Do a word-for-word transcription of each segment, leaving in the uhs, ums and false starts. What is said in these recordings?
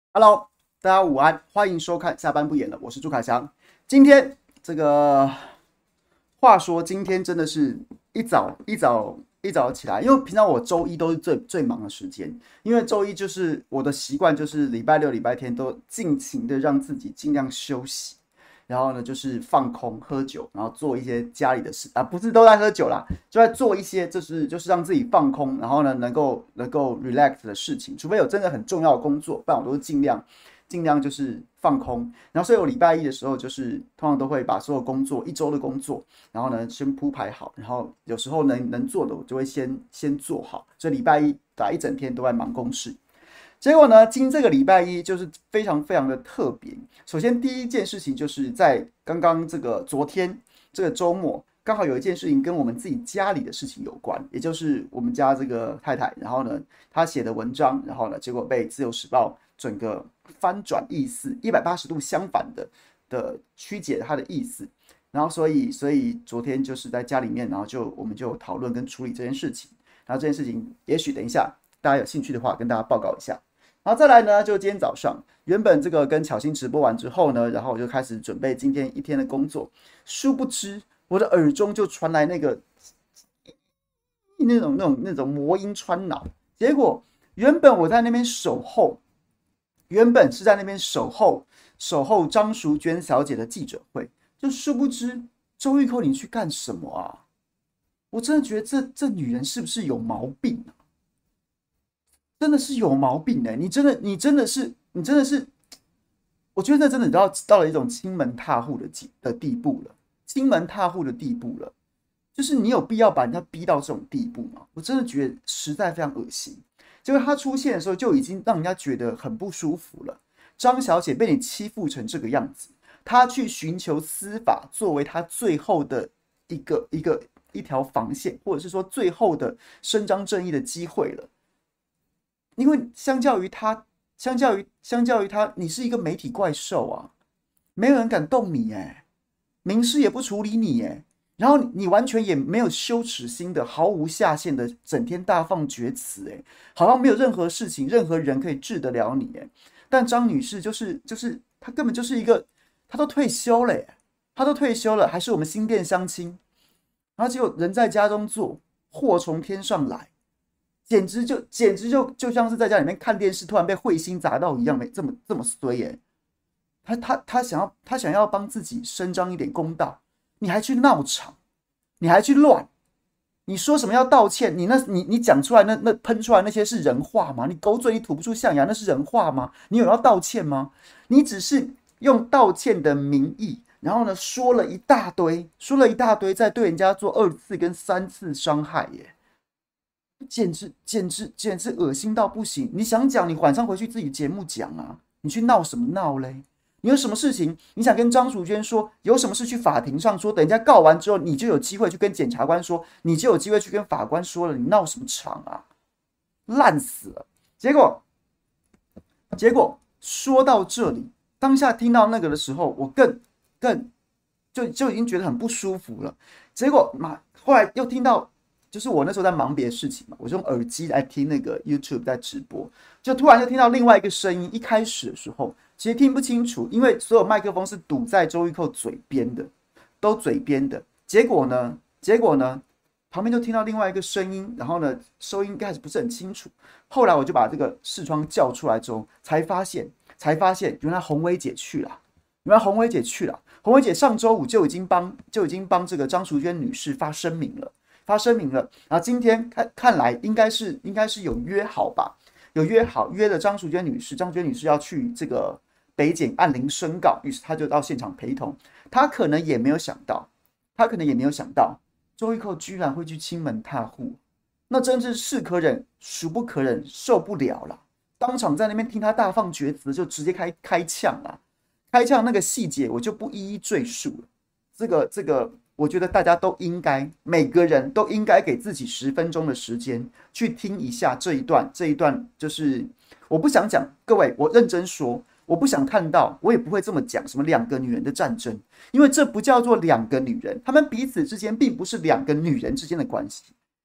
Hello，大家午安，欢迎收看下班不演了，我是朱凯翔。今天这个话说，今天真的是一早一早一早起来，因为平常我周一都是最最忙的时间，因为周一就是我的习惯，就是礼拜六、礼拜天都尽情的让自己尽量休息，然后呢就是放空、喝酒，然后做一些家里的事啊，不是都在喝酒啦，就在做一些就是就是让自己放空，然后呢能够能够 relax 的事情，除非有真的很重要的工作，不然我都是尽量尽量就是放空。然后所以我礼拜一的时候就是通常都会把所有工作一周的工作，然后呢先铺排好，然后有时候能能做的我就会先先做好，所以礼拜一打一整天都在忙公事。结果呢，今这个礼拜一就是非常非常的特别。首先，第一件事情就是在刚刚这个昨天这个周末，刚好有一件事情跟我们自己家里的事情有关，也就是我们家这个太太，然后呢，她写的文章，然后呢，结果被《自由时报》整个翻转意思，一百八十度相反的的曲解她的意思。然后所以所以昨天就是在家里面，然后就我们就讨论跟处理这件事情。然后这件事情，也许等一下大家有兴趣的话，跟大家报告一下。然后再来呢，就今天早上，原本这个跟巧心直播完之后呢，然后我就开始准备今天一天的工作。殊不知，我的耳中就传来那个那种那种那种魔音穿脑。结果原本我在那边守候，原本是在那边守候守候张淑娟小姐的记者会，就殊不知周玉蔻你去干什么啊？我真的觉得这这女人是不是有毛病啊？真的是有毛病哎、欸！你真的，你真的是，你真的是，我觉得这真的到到了一种亲门踏户的的地步了，亲门踏户的地步了。就是你有必要把人家逼到这种地步吗？我真的觉得实在非常恶心。结果他出现的时候就已经让人家觉得很不舒服了。张小姐被你欺负成这个样子，她去寻求司法作为她最后的一个一个一条防线，或者是说最后的伸张正义的机会了。因为相较于他，相较于相较于他，你是一个媒体怪兽啊，没有人敢动你哎，民事也不处理你哎，然后你完全也没有羞耻心的，毫无下限的，整天大放厥词哎，好像没有任何事情、任何人可以治得了你哎。但张女士就是就是她根本就是一个，她都退休了哎，她都退休了，还是我们新店相亲，然后结果人在家中坐，祸从天上来。简直就简直就就像是在家里面看电视，突然被彗星砸到一样，没这么这么衰耶、欸！他他他想要他想要帮自己伸张一点公道，你还去闹场，你还去乱，你说什么要道歉？你那你你讲出来那那喷出来那些是人话吗？你狗嘴里吐不出象牙，那是人话吗？你有要道歉吗？你只是用道歉的名义，然后呢说了一大堆，说了一大堆，在对人家做二次跟三次伤害耶。简直简直简直恶心到不行！你想讲，你晚上回去自己节目讲啊！你去闹什么闹嘞？你有什么事情你想跟张淑娟说？有什么事去法庭上说？等人家告完之后，你就有机会去跟检察官说，你就有机会去跟法官说了。你闹什么场啊？烂死了！结果结果说到这里，当下听到那个的时候，我更更就就已经觉得很不舒服了。结果嘛，后来又听到。就是我那时候在忙别的事情嘛，我就用耳机来听那个 YouTube 在直播，就突然就听到另外一个声音。一开始的时候其实听不清楚，因为所有麦克风是堵在周玉蔻嘴边的，都嘴边的。结果呢，结果呢，旁边就听到另外一个声音，然后呢，收音一开始不是很清楚。后来我就把这个视窗叫出来之后，才发现，才发现原来红薇姐去了，原来红薇姐去了。红薇姐上周五就已经帮就已经帮这个张淑娟女士发声明了。发声明了，然后今天看看来应该是应该是有约好吧，有约好约了张淑娟女士，张淑娟女士要去这个北检按铃申告，于是她就到现场陪同。她可能也没有想到，她可能也没有想到，周玉蔻居然会去亲门踏户，那真是是可忍，孰不可忍，受不了了。当场在那边听她大放厥词，就直接开开呛了，开呛那个细节我就不一一赘述了。这个这个。我觉得大家都应该，每个人都应该给自己十分钟的时间去听一下这一段。这一段就是我不想讲，各位，我认真说，我不想看到，我也不会这么讲什么两个女人的战争，因为这不叫做两个女人，她们彼此之间并不是两个女人之间的关系，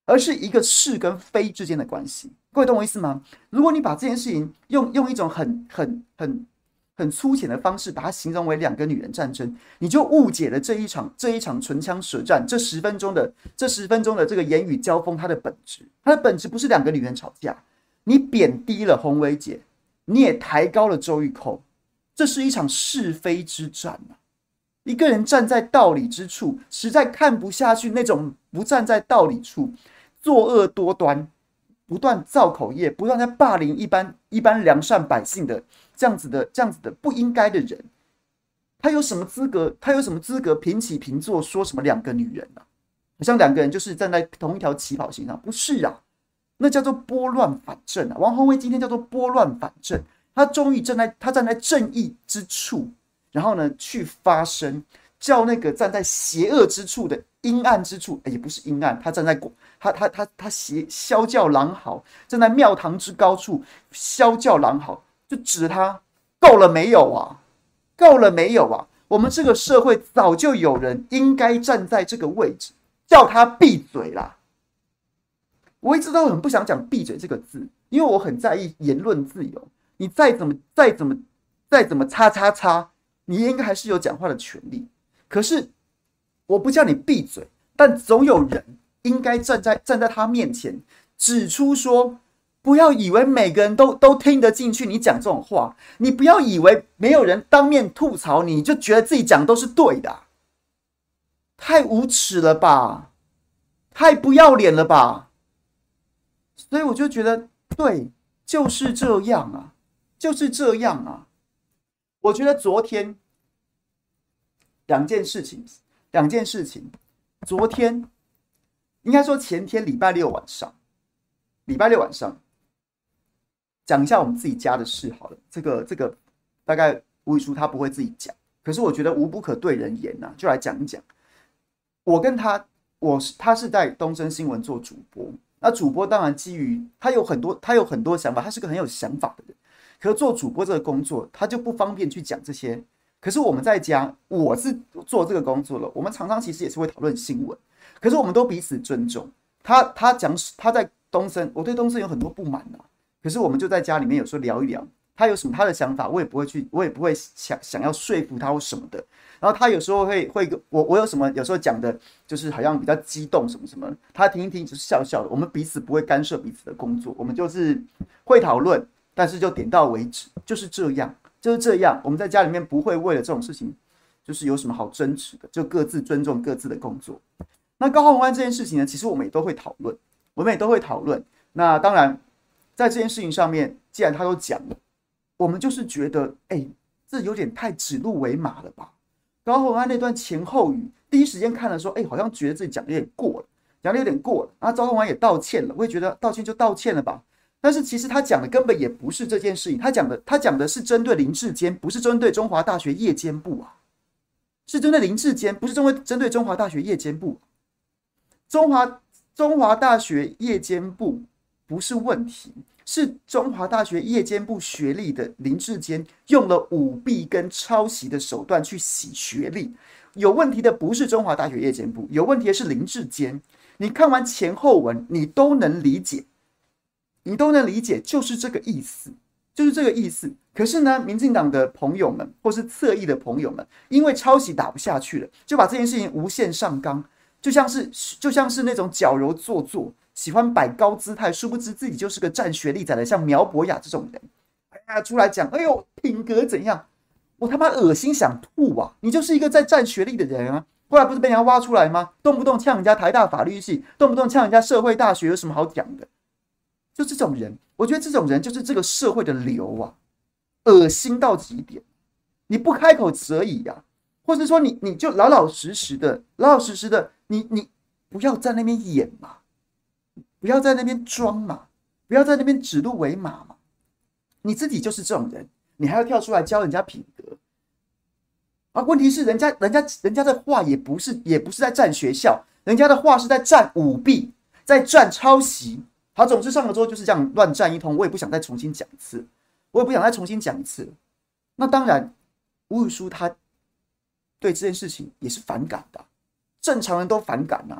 而是一个是跟非之间的关系。各位懂我意思吗？如果你把这件事情用用一种很很很很粗浅的方式把它形容为两个女人战争，你就误解了这一场这一场唇枪舌战，这十分钟的这十分钟的这个言语交锋，它的本质，它的本质不是两个女人吵架，你贬低了洪薇姐，你也抬高了周玉蔻，这是一场是非之战啊！一个人站在道理之处，实在看不下去那种不站在道理处，作恶多端，不断造口业，不断在霸凌一般一般良善百姓的这样子的这样子的不应该的人，他有什么资格？他有什么资格平起平坐说什么两个女人啊？好像两个人就是站在同一条起跑线上，不是啊？那叫做拨乱反正啊！王宏威今天叫做拨乱反正，他终于站在他站在正义之处。然后呢，去发声，叫那个站在邪恶之处的阴暗之处，也不是阴暗，他站在他他他他邪萧教狼嚎，站在庙堂之高处，萧教狼嚎，就指他够了没有啊？够了没有啊？我们这个社会早就有人应该站在这个位置，叫他闭嘴啦！我一直都很不想讲闭嘴这个字，因为我很在意言论自由。你再怎么再怎么再怎么叉叉叉。你应该还是有讲话的权利，可是我不叫你闭嘴，但总有人应该站在站在他面前，指出说，不要以为每个人都都听得进去你讲这种话，你不要以为没有人当面吐槽你就觉得自己讲都是对的，太无耻了吧，太不要脸了吧，所以我就觉得对，就是这样啊，就是这样啊。我觉得昨天两件事情，两件事情，昨天应该说前天礼拜六晚上，礼拜六晚上讲一下我们自己家的事好了。这个这个大概吴宇舒他不会自己讲，可是我觉得无不可对人言呐、啊，就来讲一讲。我跟他，我是他是在东森新闻做主播，那主播当然基于他有很多他有很多想法，他是个很有想法的人。可是做主播这个工作，他就不方便去讲这些。可是我们在家，我是做这个工作了，我们常常其实也是会讨论新闻。可是我们都彼此尊重。他他讲他在东森，我对东森有很多不满啊。可是我们就在家里面有时候聊一聊，他有什么他的想法，我也不会去，我也不会想想要说服他或什么的。然后他有时候会会我我有什么有时候讲的，就是好像比较激动什么什么，他听一听就是笑笑的。我们彼此不会干涉彼此的工作，我们就是会讨论。但是就点到为止，就是这样，就是这样。我们在家里面不会为了这种事情，就是有什么好争执的，就各自尊重各自的工作。那高虹安这件事情呢，其实我们也都会讨论，我们也都会讨论。那当然，在这件事情上面，既然他都讲了，我们就是觉得，哎、欸，这有点太指鹿为马了吧？高虹安那段前后语，第一时间看了说，哎、欸，好像觉得自己讲的有点过了，讲的有点过了。然后高虹安也道歉了，我也觉得道歉就道歉了吧。但是其实他讲的根本也不是这件事情，他讲的他讲的是针对林志坚，不是针对中华大学夜间部啊，是针对林志坚，不是针对中华大学夜间部。中华中华大学夜间部不是问题，是中华大学夜间部学历的林志坚用了舞弊跟抄袭的手段去洗学历。有问题的不是中华大学夜间部，有问题的是林志坚。你看完前后文，你都能理解。你都能理解，就是这个意思，就是这个意思。可是呢，民进党的朋友们，或是侧翼的朋友们，因为抄袭打不下去了，就把这件事情无限上纲，就像是就像是那种矫揉做作，喜欢摆高姿态，殊不知自己就是个占学历仔的，像苗博雅这种人，哎呀，出来讲，哎呦，品格怎样？我他妈恶心想吐啊！你就是一个在占学历的人啊！后来不是被人家挖出来吗？动不动呛人家台大法律系，动不动呛人家社会大学，有什么好讲的？就这种人，我觉得这种人就是这个社会的流啊，恶心到极点。你不开口则已啊，或者说你你就老老实实的、老老实实的，你你不要在那边演嘛，不要在那边装嘛，不要在那边指鹿为马嘛。你自己就是这种人，你还要跳出来教人家品格啊？问题是人家人家人家的话也不是也不是在占学校，人家的话是在占舞弊，在占抄袭。好，总之上了之后就是这样乱战一通，我也不想再重新讲一次，我也不想再重新讲一次。那当然，吴宇舒他对这件事情也是反感的，正常人都反感啊。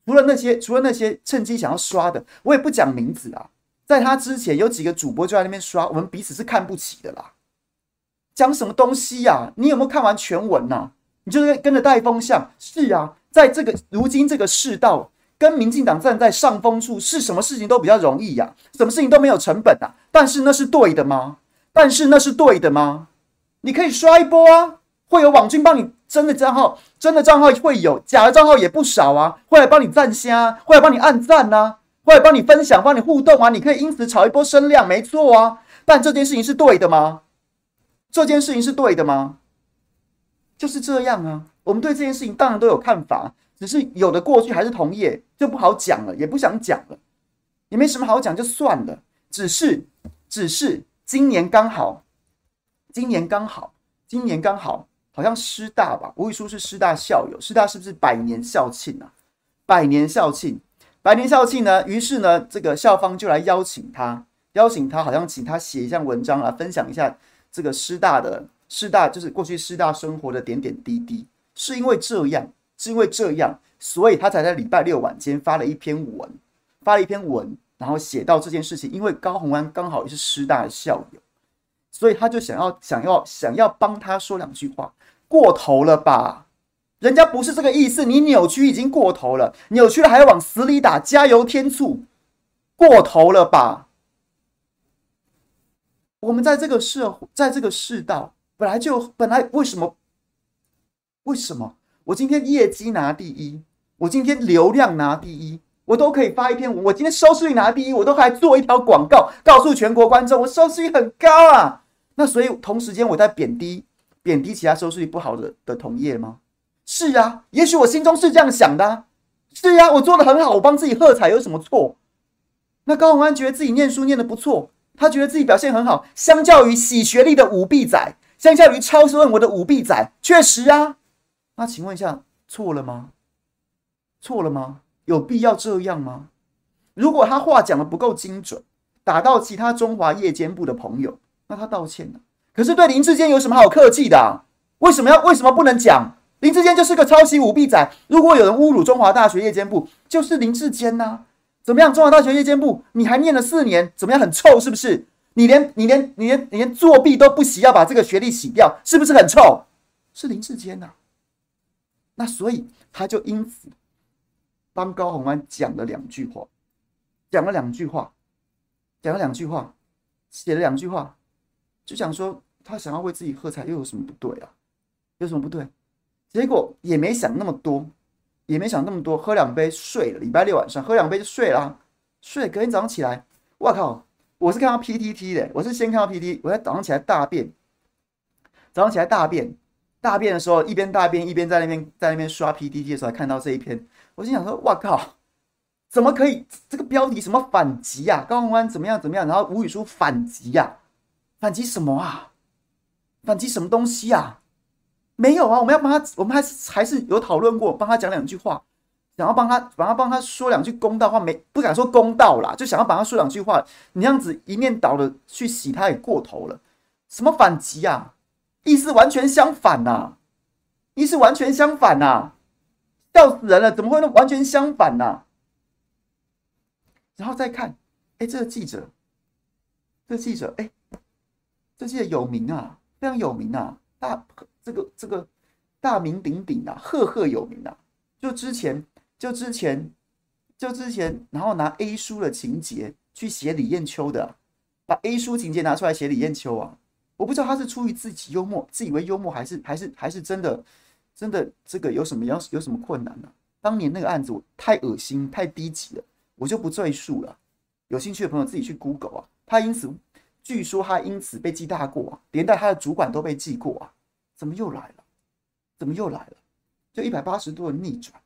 除了那些除了那些趁机想要刷的，我也不讲名字啊。在他之前有几个主播就在那边刷，我们彼此是看不起的啦。讲什么东西呀、啊？你有没有看完全文啊？你就是跟着带风向。是啊，在这个如今这个世道，跟民进党站在上风处，是什么事情都比较容易呀、啊，什么事情都没有成本啊。但是那是对的吗？但是那是对的吗？你可以刷一波啊，会有网军帮你真的账号，真的账号会有，假的账号也不少啊，会来帮你赞虾，会来帮你按赞啊，会来帮你分享，帮你互动啊，你可以因此炒一波声量，没错啊。但这件事情是对的吗？这件事情是对的吗？就是这样啊。我们对这件事情当然都有看法，只是有的过去还是同业就不好讲了，也不想讲了，也没什么好讲，就算了。只是，只是今年刚好，今年刚好，今年刚好，好像师大吧，吴宇书是师大校友，师大是不是百年校庆啊？百年校庆，百年校庆呢？于是呢，这个校方就来邀请他，邀请他，好像请他写一项文章啊，分享一下这个师大的师大，就是过去师大生活的点点滴滴。是因为这样，是因为这样，所以他才在礼拜六晚间发了一篇文，发了一篇文，然后写到这件事情。因为高虹安刚好也是师大的校友，所以他就想要想要想要帮他说两句话。过头了吧？人家不是这个意思，你扭曲已经过头了，扭曲了还要往死里打，加油添醋，过头了吧？我们在这个社会，在这个世道，本来就本来为什么？为什么我今天业绩拿第一，我今天流量拿第一，我都可以发一篇文，我今天收视率拿第一，我都还做一条广告，告诉全国观众我收视率很高啊。那所以同时间我在贬低贬低其他收视率不好 的, 的同业吗？是啊，也许我心中是这样想的、啊，是啊，我做的很好，我帮自己喝彩有什么错？那高虹安觉得自己念书念得不错，他觉得自己表现很好，相较于洗学历的舞弊仔，相较于抄论文的舞弊仔，确实啊。那请问一下，错了吗？错了吗？有必要这样吗？如果他话讲的不够精准，打到其他中华夜间部的朋友，那他道歉了。可是对林智坚有什么好客气的、啊？为什么要为什么不能讲？林智坚就是个抄袭舞弊仔。如果有人侮辱中华大学夜间部，就是林智坚呐、啊。怎么样？中华大学夜间部，你还念了四年，怎么样？很臭是不是？你连你连你连你连作弊都不洗，要把这个学历洗掉，是不是很臭？是林智坚呐、啊。那所以他就因此帮高虹安讲了两句话，讲了两句话，讲了两句话，写了两句话，就讲说他想要为自己喝彩，又有什么不对啊？有什么不对？结果也没想那么多，也没想那么多，喝两杯睡了。礼拜六晚上喝两杯就睡了、啊，睡了隔天早上起来，哇靠！我是看到 P T T 的，我是先看到 P T T， 我在早上起来大便，早上起来大便。大便的时候，一边大便一边在那边在那边刷 P T T 的时候，还看到这一篇，我心想说：“哇靠，怎么可以？这个标题什么反击啊？高虹安怎么样怎么样？然后吴宇书反击呀、啊？反击什么啊？反击什么东西啊？没有啊！我们要帮他，我们还是还是有讨论过，帮他讲两句话，想要帮他，帮他帮他说两句公道话，没不敢说公道啦，就想要帮他说两句话。你这样子一面倒的去洗他也过头了，什么反击啊？”意思完全相反呐、啊，意思完全相反呐、啊，笑死人了！怎么会完全相反呐、啊？然后再看，哎，这个记者，这个记者，哎，这记者有名啊，非常有名啊，大这个这个大名鼎鼎啊，赫赫有名啊。就之前，就之前，就之前，然后拿 A 书的情节去写李艳秋的、啊，把 A 书情节拿出来写李艳秋啊。我不知道他是出于自己幽默，自以为幽默，还是还是还是真的真的这个有什么有什么困难呢、啊？当年那个案子我太恶心太低级了，我就不赘述了。有兴趣的朋友自己去 Google 啊。他因此据说他因此被记大过啊，连带他的主管都被记过啊。怎么又来了？怎么又来了？就一百八十度的逆转。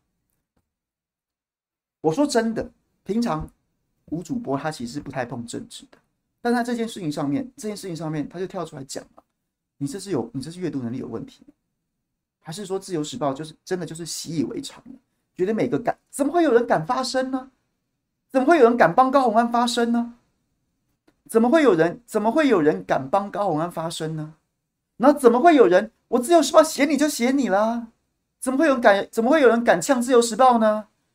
我说真的，平常吴主播他其实是不太碰政治的。但在这件事情上面，这件事情上面，他就跳出来讲了：“你这是有，你这是阅读能力有问题，还是说《自由时报》就是真的就是习以为常了？觉得每个敢，怎么会有人敢发声呢？怎么会有人敢帮高虹安发声呢？怎么会有人，怎么会有人敢帮高虹安发声呢？然后怎么会有人，我《自由时报》写你就写你啦？怎么会有人敢，怎么会有人敢呛《自由时报》呢？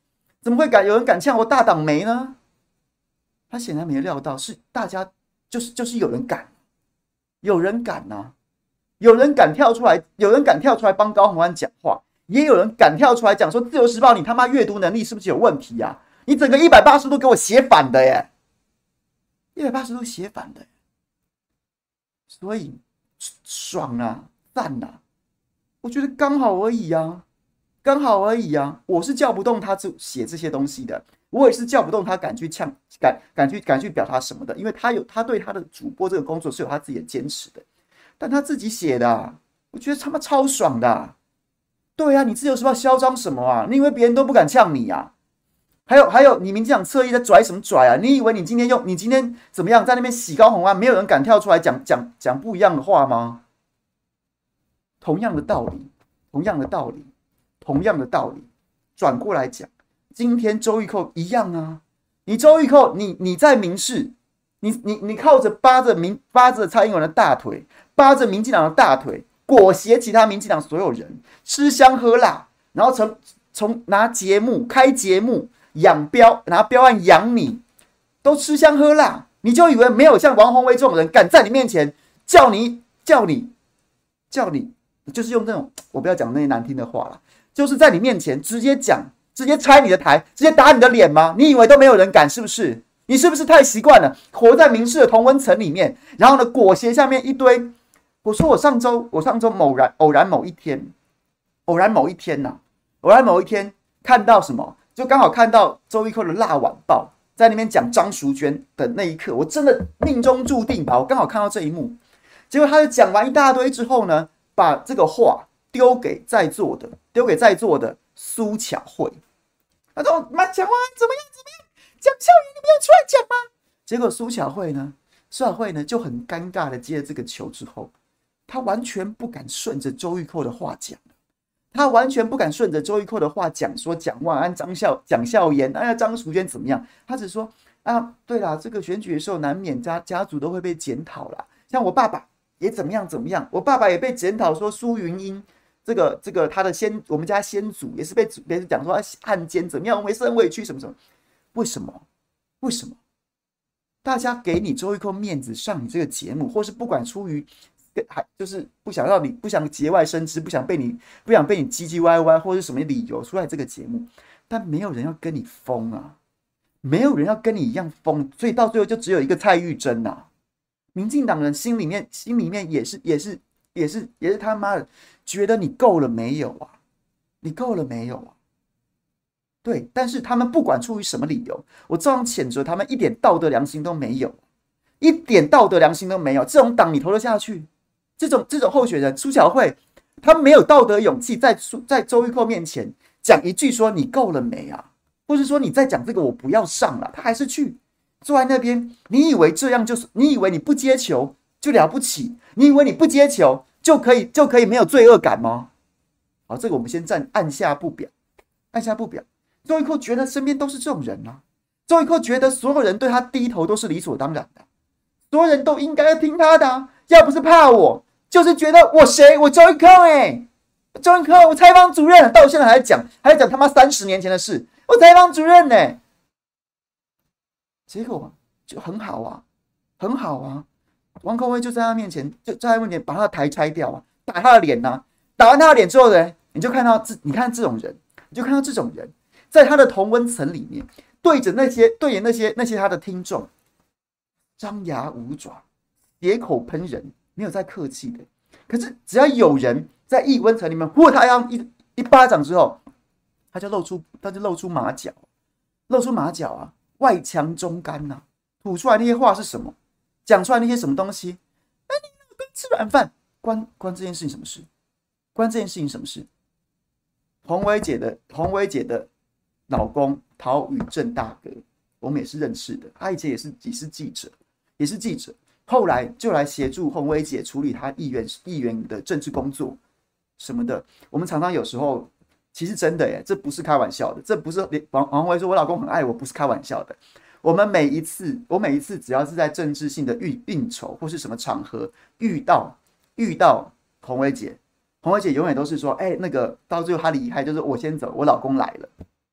怎么会敢有人敢呛我大党媒呢？他显然没料到，是大家就是就是有人敢，有人敢呐、啊，有人敢跳出来，有人敢跳出来帮高虹安讲话，也有人敢跳出来讲说《自由时报》你他妈阅读能力是不是有问题啊？你整个一百八十度给我写反的耶，一百八十度写反的耶，所以爽啊，赞啊，我觉得刚好而已啊。刚好而已啊！我是叫不动他写这些东西的，我也是叫不动他敢去呛、敢敢去、敢去表达什么的，因为他有他对他的主播这个工作是有他自己的坚持的。但他自己写的、啊，我觉得他妈超爽的、啊。对啊，你自由时报嚣张什么啊？你以为别人都不敢呛你啊？还有还有，你民进党侧翼在拽什么拽啊？你以为你今天用你今天怎么样在那边洗高虹安，没有人敢跳出来讲讲讲不一样的话吗？同样的道理，同样的道理。同样的道理，转过来讲，今天周玉蔻一样啊。你周玉蔻，你你在民视，你你你靠着扒着民扒着蔡英文的大腿，扒着民进党的大腿，裹挟其他民进党所有人吃香喝辣，然后从从拿节目开节目养标，拿标案养你，都吃香喝辣，你就以为没有像王宏威这种人敢在你面前叫你叫你叫你，就是用那种我不要讲那些难听的话了。就是在你面前直接讲，直接拆你的台，直接打你的脸吗？你以为都没有人敢是不是？你是不是太习惯了活在民视的同温层里面？然后呢，裹挟下面一堆。我说我上周，我上周偶然偶然某一天，偶然某一天呐、啊，偶然某一天看到什么，就刚好看到周玉蔻的《辣晚报》在那边讲张淑娟的那一刻，我真的命中注定吧，我刚好看到这一幕。结果他就讲完一大堆之后呢，把这个话丢给在座的。丢给在座的苏巧慧，他说：“妈，讲话怎么样？怎么样？讲校园你没有出来讲吗？”结果苏巧慧呢，苏巧慧呢就很尴尬的接了这个球之后，他完全不敢顺着周玉蔻的话讲，他完全不敢顺着周玉蔻的话讲，说蒋万安、张孝、蒋孝严，哎呀，张淑娟怎么样？他只说啊，对啦，这个选举的时候难免家家族都会被检讨啦，像我爸爸也怎么样怎么样，我爸爸也被检讨说苏云英。这个这个他的先，我们家先祖也是被别人讲说汉奸怎么样，我们也是很委屈什么什么，为什么？为什么？大家给你周玉蔻面子上你这个节目，或是不管出于还就是不想让你不想节外生枝，不想被你不想被你唧唧歪歪，或是什么理由出来这个节目，但没有人要跟你疯啊，没有人要跟你一样疯，所以到最后就只有一个蔡玉珍啊，民进党人心里面心里面也是也是。也是也是他妈的，觉得你够了没有啊？你够了没有啊？对，但是他们不管出于什么理由，我照样谴责他们，一点道德良心都没有，一点道德良心都没有。这种党你投得下去？这种这种候选人苏巧慧，他没有道德勇气在在周玉蔻面前讲一句说你够了没啊？或是说你再讲这个我不要上了，他还是去坐在那边。你以为这样就是？你以为你不接球？就了不起？你以为你不接球就可以就可以没有罪恶感吗？好，这个我们先暂按下不表，按下不表。周玉蔻觉得身边都是这种人啊，周玉蔻觉得所有人对他低头都是理所当然的，所有人都应该要听他的、啊，要不是怕我，就是觉得我谁？我周玉蔻哎，周玉蔻，我采访主任，到现在还在讲，还在讲他妈三十年前的事，我采访主任呢、欸，结果就很好啊，很好啊。王空威就在他面前，就在他面前把他的台拆掉啊，打他的脸呐、啊，打完他的脸之后呢，你就看到这，你看这种人，你就看到这种人，在他的同温层里面，对着那些对着那些那些他的听众，张牙舞爪，血口喷人，没有在客气的。可是只要有人在异温层里面呼他一一巴掌之后，他就露出他就露出马脚，露出马脚啊，外强中干呐、啊，吐出来那些话是什么？讲出来那些什么东西？哎，你老公吃软饭，关关这件事情什么事？关这件事情什么事？洪薇姐的洪薇姐的老公陶宇正大哥，我们也是认识的，他以前也是也是记者，也是记者，后来就来协助洪薇姐处理她议员议员的政治工作什么的。我们常常有时候，其实真的耶，这不是开玩笑的，这不是王王薇说我老公很爱我，不是开玩笑的。我们每一次，我每一次只要是在政治性的应酬或是什么场合遇到遇到洪薇姐，洪薇姐永远都是说，哎、欸，那个到最后她离开，就是我先走，我老公来了。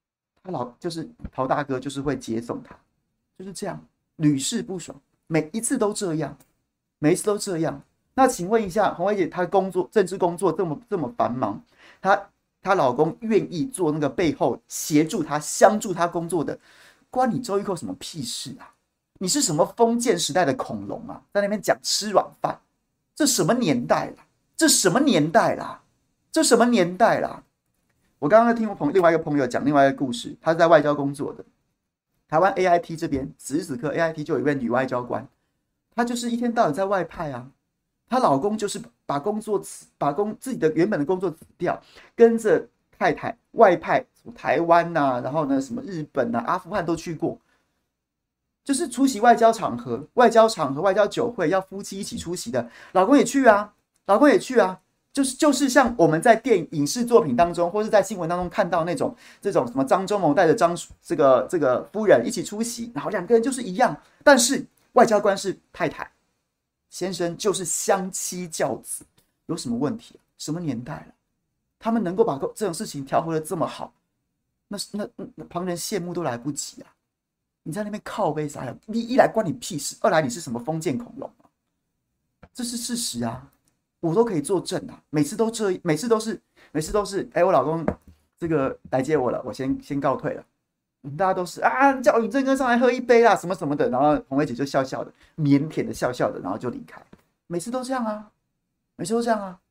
他老就是陶大哥就是会接送他，就是这样，屡试不爽，每一次都这样，每一次都这样。那请问一下，红薇姐，她工作政治工作这么这么繁忙，她她老公愿意做那个背后协助她、相助她工作的，关你周玉蔻什么屁事啊？你是什么封建时代的恐龙啊？在那边讲吃软饭，这什么年代啦？这什么年代啦？这什么年代啦？我刚刚听我朋另外一个朋友讲另外一个故事，他是在外交工作的，台湾 A I T 这边，此时此刻 A I T 就有一位女外交官，她就是一天到晚在外派啊，她老公就是把工作辞，把工自己的原本的工作辞掉，跟着太太外派，台湾呐、啊，然后呢什么日本啊、阿富汗都去过，就是出席外交场合、外交场合、外交酒会，要夫妻一起出席的，老公也去啊，老公也去啊。就是就是像我们在电影影视作品当中，或是在新闻当中看到那种这种什么张忠谋带着张这个这个夫人一起出席，然后两个人就是一样，但是外交官是太太，先生就是相妻教子，有什么问题？什么年代了？他们能够把这种事情调和的这么好，那那那旁人羡慕都来不及啊！你在那边靠背啥呀？你一来关你屁事，二来你是什么封建恐龙啊？这是事实啊！我都可以作证啊，每次都这，每次都是，每次都是，哎，我老公这个来接我了，我先先告退了。大家都是啊，叫尹正哥上来喝一杯啦，什么什么的，然后红薇姐就笑笑的，腼腆的笑笑的，然后就离开。每次都这样啊，每次都这样啊，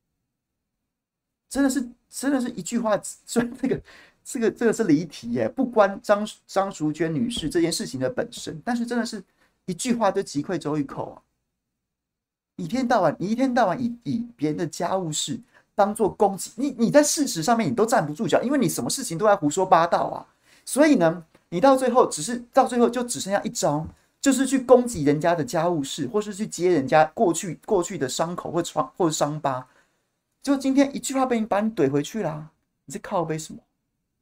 真的是，真的是一句话，这个这个这个是离题耶，不关张张淑娟女士这件事情的本身，但是真的是一句话就击溃周玉蔻啊。一天到晚，你一天到晚以以别人的家务事当做攻击，你你在事实上面你都站不住脚，因为你什么事情都在胡说八道啊。所以呢，你到最后只是到最后就只剩下一招，就是去攻击人家的家务事，或是去揭人家过去过去的伤口或创或者伤疤。就今天一句话被你把你怼回去啦，你在靠背什么？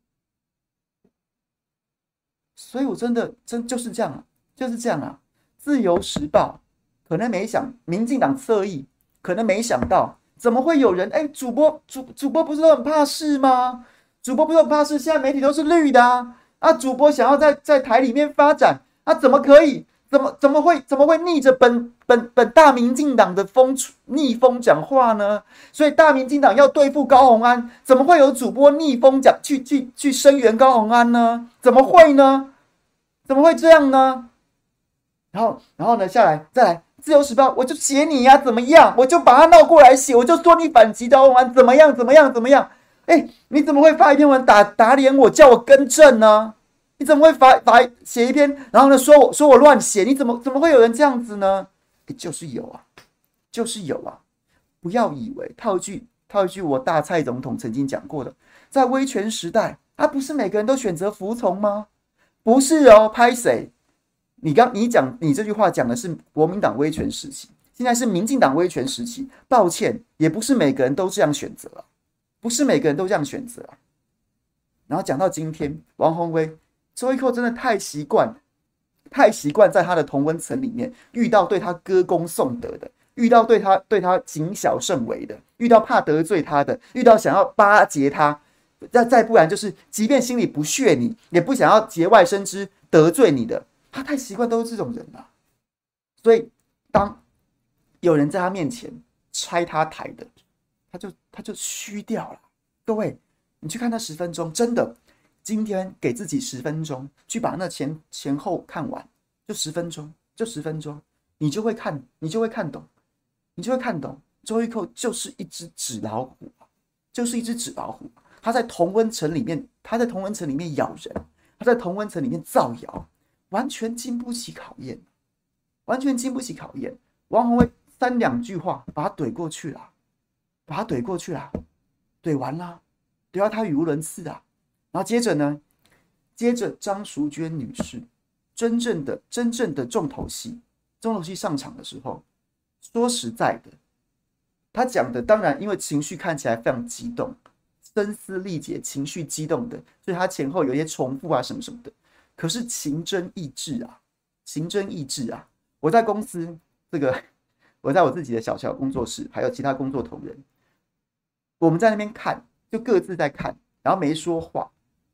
所以我真的真就是这样啊，就是这样啊。自由时报。可能没想，民进党侧翼可能没想到，怎么会有人哎、欸，主播主主播不是都很怕事吗？主播不是很怕事，现在媒体都是绿的啊！啊，主播想要在在台里面发展，啊，怎么可以？怎么怎么会怎么会逆着本本本大民进党的风逆风讲话呢？所以大民进党要对付高虹安，怎么会有主播逆风讲去去去声援高虹安呢？怎么会呢？怎么会这样呢？然后然后呢，下来再来。自由时报，我就写你呀、啊，怎么样？我就把它闹过来写，我就说你反击高虹安，怎么样？怎么样？怎么样？哎，你怎么会发一篇文打打脸我，叫我更正呢？你怎么会发发写一篇，然后呢说我说我乱写？你怎么怎么会有人这样子呢？哎，就是有啊，就是有啊！不要以为套一句套一句我大蔡总统曾经讲过的，在威权时代，啊，不是每个人都选择服从吗？不是哦，拍谁？你刚你讲你这句话讲的是国民党威权时期，现在是民进党威权时期。抱歉，也不是每个人都这样选择啊，不是每个人都这样选择啊。然后讲到今天，王鴻薇、周玉蔻真的太习惯，太习惯在他的同温层里面遇到对他歌功颂德的，遇到对他对他谨小慎微的，遇到怕得罪他的，遇到想要巴结他，再再不然就是即便心里不屑你，也不想要节外生枝得罪你的。他太习惯都是这种人了，所以当有人在他面前拆他台的，他就他就虚掉了。各位，你去看那十分钟，真的，今天给自己十分钟去把那前前后看完，就十分钟，就十分钟，你就会看，你就会看懂，你就会看懂，周玉蔻就是一只纸老虎，就是一只纸老虎。他在同温层里面，他在同温层里面咬人，他在同温层里面造谣。完全经不起考验，完全经不起考验。王鴻薇三两句话把他怼过去了，把他怼过去了，怼完了，怼到他语无伦次啊。然后接着呢，接着张淑娟女士真正的真正的重头戏，重头戏上场的时候，说实在的，她讲的当然因为情绪看起来非常激动，声嘶力竭，情绪激动的，所以她前后有一些重复啊什么什么的。可是情真意志啊，情真意志啊！我在公司这个，我在我自己的小小工作室，还有其他工作同仁，我们在那边看，就各自在看，然后没说话。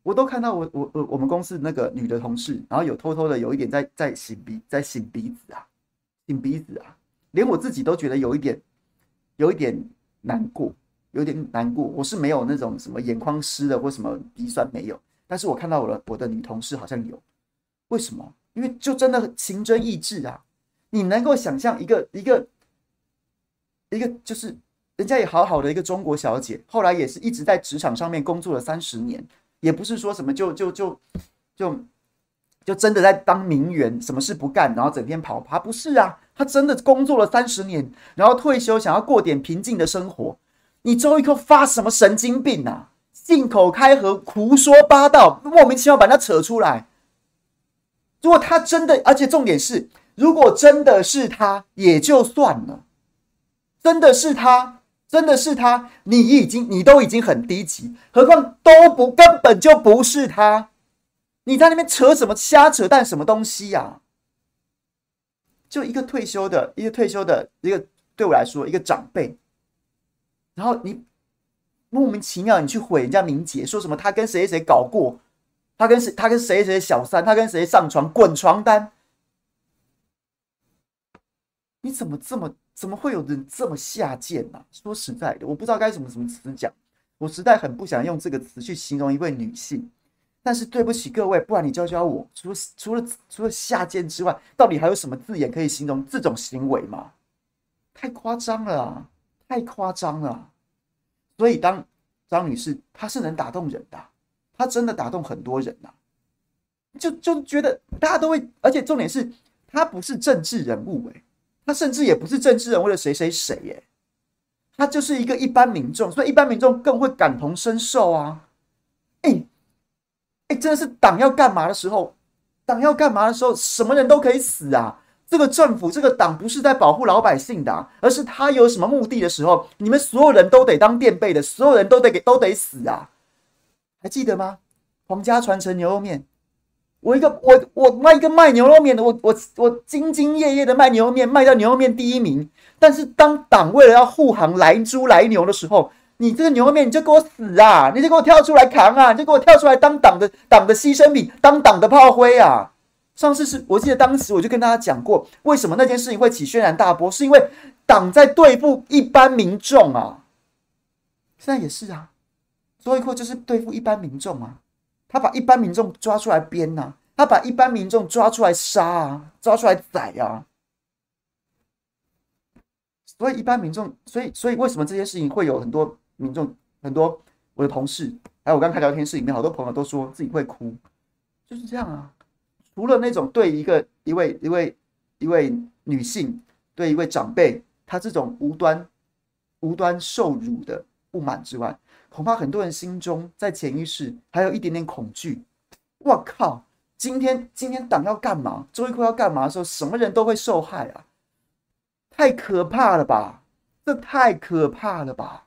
我都看到我我我我们公司那个女的同事，然后有偷偷的有一点在在擤鼻在擤鼻子啊，擤鼻子啊，连我自己都觉得有一点有一点难过，有点难过。我是没有那种什么眼眶湿的或什么鼻酸没有，但是我看到我的我的女同事好像有，为什么？因为就真的情真意志啊！你能够想象一个一个一个就是人家也好好的一个中国小姐，后来也是一直在职场上面工作了三十年。也不是说什么就就就就就真的在当名媛，什么事不干，然后整天跑趴，不是啊，他真的工作了三十年，然后退休，想要过点平静的生活。你周一蔻发什么神经病啊？信口开河，胡说八道，莫名其妙把他扯出来。如果他真的，而且重点是，如果真的是他，也就算了，真的是他。真的是他，你已经你都已经很低级，何况都不根本就不是他，你在那边扯什么瞎扯淡什么东西呀、啊？就一个退休的，一个退休的一个对我来说一个长辈，然后你莫名其妙你去毁人家名节，说什么他跟谁谁搞过，他跟谁他跟谁谁小三，他跟谁上床滚床单，你怎么这么？怎么会有人这么下贱啊？说实在的，我不知道该怎么什么词讲。我实在很不想用这个词去形容一位女性，但是对不起各位，不然你教教我，除了除了除了下贱之外，到底还有什么字眼可以形容这种行为吗？太夸张了啊！太夸张了啊。所以当张女士，她是能打动人的啊，她真的打动很多人啊。就就觉得大家都会，而且重点是，她不是政治人物哎、欸。他甚至也不是政治人物的谁谁谁耶，他就是一个一般民众，所以一般民众更会感同身受啊！哎、欸、哎、欸，真的是党要干嘛的时候，党要干嘛的时候，什么人都可以死啊！这个政府这个党不是在保护老百姓的、啊，而是他有什么目的的时候，你们所有人都得当垫背的，所有人都得给都得死啊！还记得吗？皇家传承牛肉面。我一个我我卖一个卖牛肉面的，我我我兢兢业业的卖牛肉面，卖到牛肉面第一名。但是当党为了要护航来猪来牛的时候，你这个牛肉面你就给我死啊！你就给我跳出来扛啊！你就给我跳出来当党的党的牺牲品，当党的炮灰啊！上次是我记得当时我就跟大家讲过，为什么那件事情会起轩然大波，是因为党在对付一般民众啊。现在也是啊，周一蔻就是对付一般民众啊。他把一般民众抓出来编啊，他把一般民众抓出来杀啊，抓出来宰啊。所以一般民众，所以所以为什么这件事情会有很多民众，很多我的同事，还有我刚开聊天室里面好多朋友都说自己会哭，就是这样啊。除了那种对一个一位一位一位女性，对一位长辈，他这种无端无端受辱的不满之外，恐怕很多人心中在潜意识还有一点点恐惧。我靠，今天今天党要干嘛？周一蔻要干嘛的时候，什么人都会受害啊！太可怕了吧！这太可怕了吧！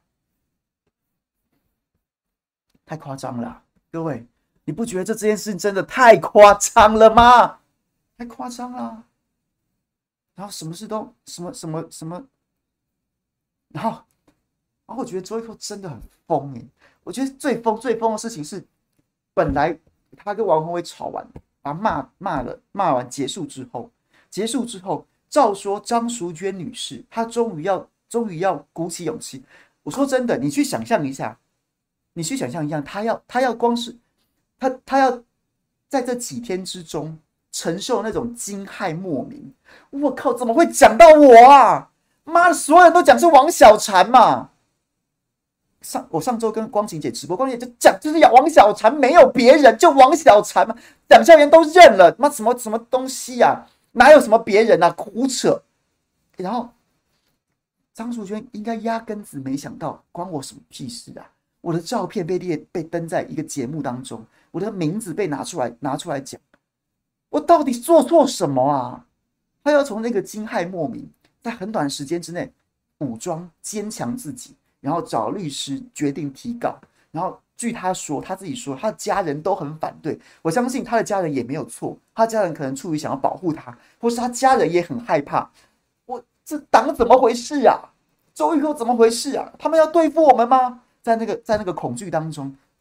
太夸张了啊，各位，你不觉得这件事真的太夸张了吗？太夸张了啊。然后什么事都什么什么什么，然后。然后我觉得周一蔻真的很疯哎！我觉得最疯最疯的事情是，本来他跟王宏伟吵完，把他骂骂了，骂完结束之后，结束之后，照说张淑娟女士她终于要终于要鼓起勇气。我说真的，你去想象一下，你去想象一下，她要她要光是她她要在这几天之中承受那种惊骇莫名。我靠，怎么会讲到我啊？妈的，所有人都讲是王小婵嘛！上我上周跟光晴姐直播，光晴姐就讲就是王小婵，没有别人，就王小婵嘛，蒋孝严都认了，妈什么什么东西啊？哪有什么别人啊？胡扯！然后张淑娟应该压根子没想到，关我什么屁事啊？我的照片被列被登在一个节目当中，我的名字被拿出来拿出来讲，我到底做错什么啊？他要从那个惊骇莫名，在很短时间之内武装坚强自己。然后找律师决定提告，然后据他说，他自己说，他的家人都很反对。我相信他的家人也没有错，他的家人可能出于想要保护他，或是他家人也很害怕。我这党怎么回事啊？周一蔻怎么回事啊？他们要对付我们吗？在那个在那个恐惧当中，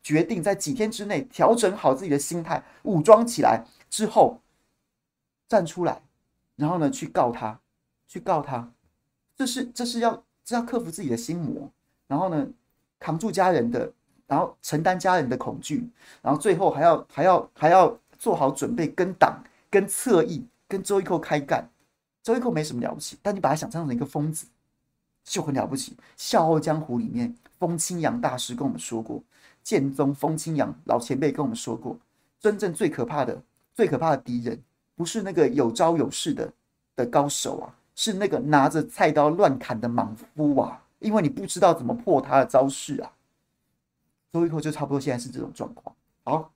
决定在几天之内调整好自己的心态，武装起来之后站出来，然后呢去告他，去告他，这是这是要这要克服自己的心魔，然后呢扛住家人的，然后承担家人的恐惧，然后最后还要还要还要做好准备，跟党、跟侧翼、跟周一蔻开干。周一蔻没什么了不起，但你把他想象成一个疯子，就很了不起。《笑傲江湖》里面，风清扬大师跟我们说过，剑宗风清扬老前辈跟我们说过，真正最可怕的、最可怕的敌人，不是那个有招有势的的高手啊，是那个拿着菜刀乱砍的莽夫啊！因为你不知道怎么破他的招式啊。周一蔻就差不多现在是这种状况。好，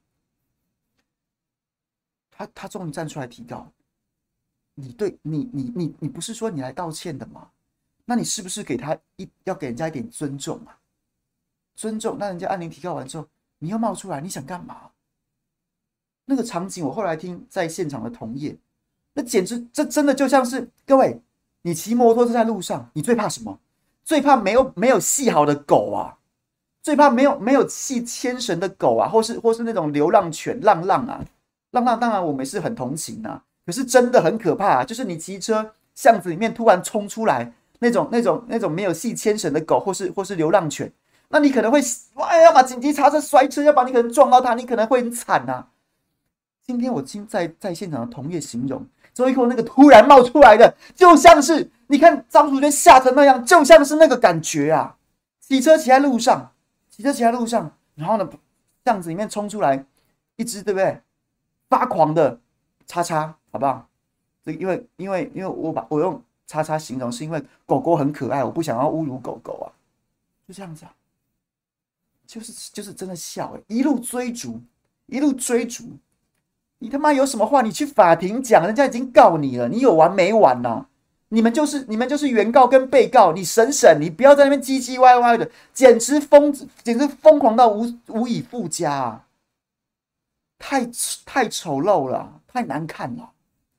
他他终于站出来提告。你对你你你你不是说你来道歉的吗？那你是不是给他一要给人家一点尊重啊？尊重，那人家按铃提告完之后，你又冒出来，你想干嘛？那个场景，我后来听在现场的同业，那简直这真的就像是各位，你骑摩托车在路上，你最怕什么？最怕没有没有系好的狗啊，最怕没有没有系牵绳的狗啊，或是或是那种流浪犬浪浪啊，浪浪当然我们是很同情啊。可是真的很可怕、啊，就是你骑车巷子里面突然冲出来那种、那种、那种没有系牵绳的狗，或是或是流浪犬，那你可能会哇，要把紧急刹车摔车，要把你可能撞到它，你可能会很惨呐、啊。今天我听在在现场的同业形容，周一蔻那个突然冒出来的，就像是你看张淑娟吓成那样，就像是那个感觉啊。骑车骑在路上，骑车骑在路上，然后呢，巷子里面冲出来一只，对不对？发狂的叉叉。好不好？这因为因为因为我把我用叉叉形容，是因为狗狗很可爱，我不想要侮辱狗狗啊，就这样子啊，就是就是真的笑哎、欸，一路追逐，一路追逐，你他妈有什么话你去法庭讲，人家已经告你了，你有完没完呐、啊？你们就是你们就是原告跟被告，你审审，你不要在那边唧唧歪歪的，简直疯，简直疯狂到无无以复加啊！太太丑陋了，太难看了。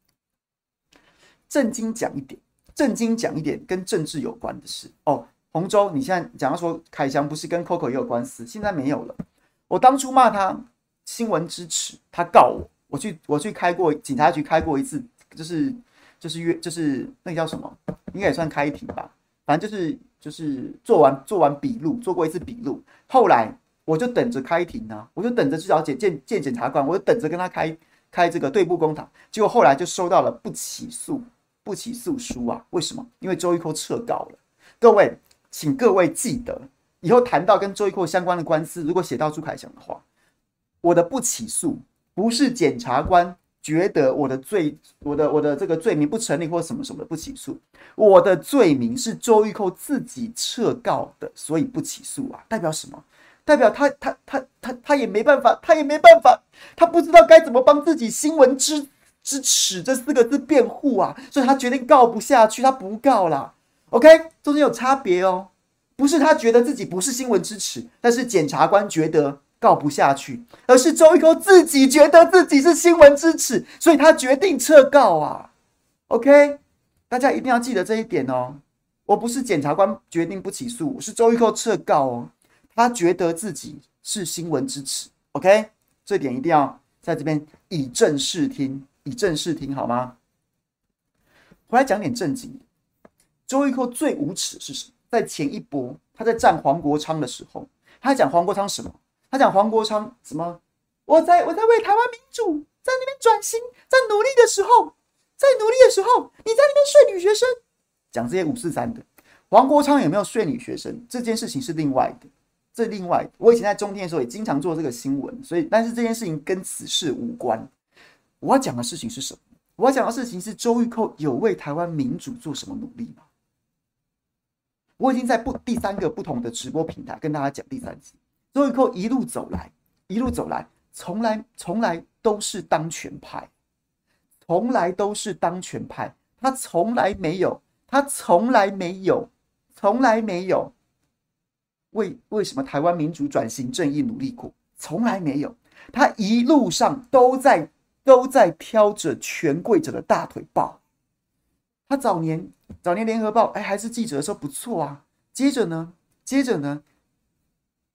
正经讲一点，正经讲一点跟政治有关的事哦。洪州，你现在讲到说凯翔不是跟 Coco 也有官司，现在没有了。我当初骂他新闻支持，他告我，我去我去开过警察局开过一次，就是就是约就是那个叫什么，应该也算开庭吧，反正就是就是做完做完笔录，做过一次笔录。后来我就等着开庭啊，我就等着去找检见见检察官，我就等着跟他开开这个对簿公堂。结果后来就收到了不起诉。不起诉书啊？为什么？因为周一蔻撤告了。各位，请各位记得，以后谈到跟周一蔻相关的官司，如果写到朱凯翔的话，我的不起诉不是检察官觉得我的罪，我的我的这个罪名不成立或什么什么的不起诉，我的罪名是周一蔻自己撤告的，所以不起诉啊。代表什么？代表他他他他他也没办法，他也没办法，他不知道该怎么帮自己新闻之。之耻这四个字辩护啊，所以他决定告不下去，他不告啦。OK， 中间有差别哦，不是他觉得自己不是新闻之耻，但是检察官觉得告不下去，而是周一蔻自己觉得自己是新闻之耻，所以他决定撤告啊。OK， 大家一定要记得这一点哦。我不是检察官决定不起诉，我是周一蔻撤告哦，他觉得自己是新闻之耻。OK， 这点一定要在这边以正视听。以正视听好吗？回来讲点正经。周一蔻最无耻是什么？在前一波他在战黄国昌的时候，他讲黄国昌什么？他讲黄国昌什么？我在我在为台湾民主在那边转型，在努力的时候，在努力的时候，你在那边睡女学生，讲这些五四三的。黄国昌有没有睡女学生？这件事情是另外的，这另外的。我以前在中天的时候也经常做这个新闻，所以但是这件事情跟此事无关。我要讲的事情是什么？我要讲的事情是周一蔻有为台湾民主做什么努力吗？我已经在不第三个不同的直播平台跟大家讲第三集，周一蔻一路走来，一路走来，从来从来都是当权派，从来都是当权派，他从来没有，他从来没有，从来没有为为什么台湾民主转型正义努力过，从来没有，他一路上都在。都在挑着权贵者的大腿抱。他早年早年联合报哎还是记者的时候不错啊。接着呢，接着呢，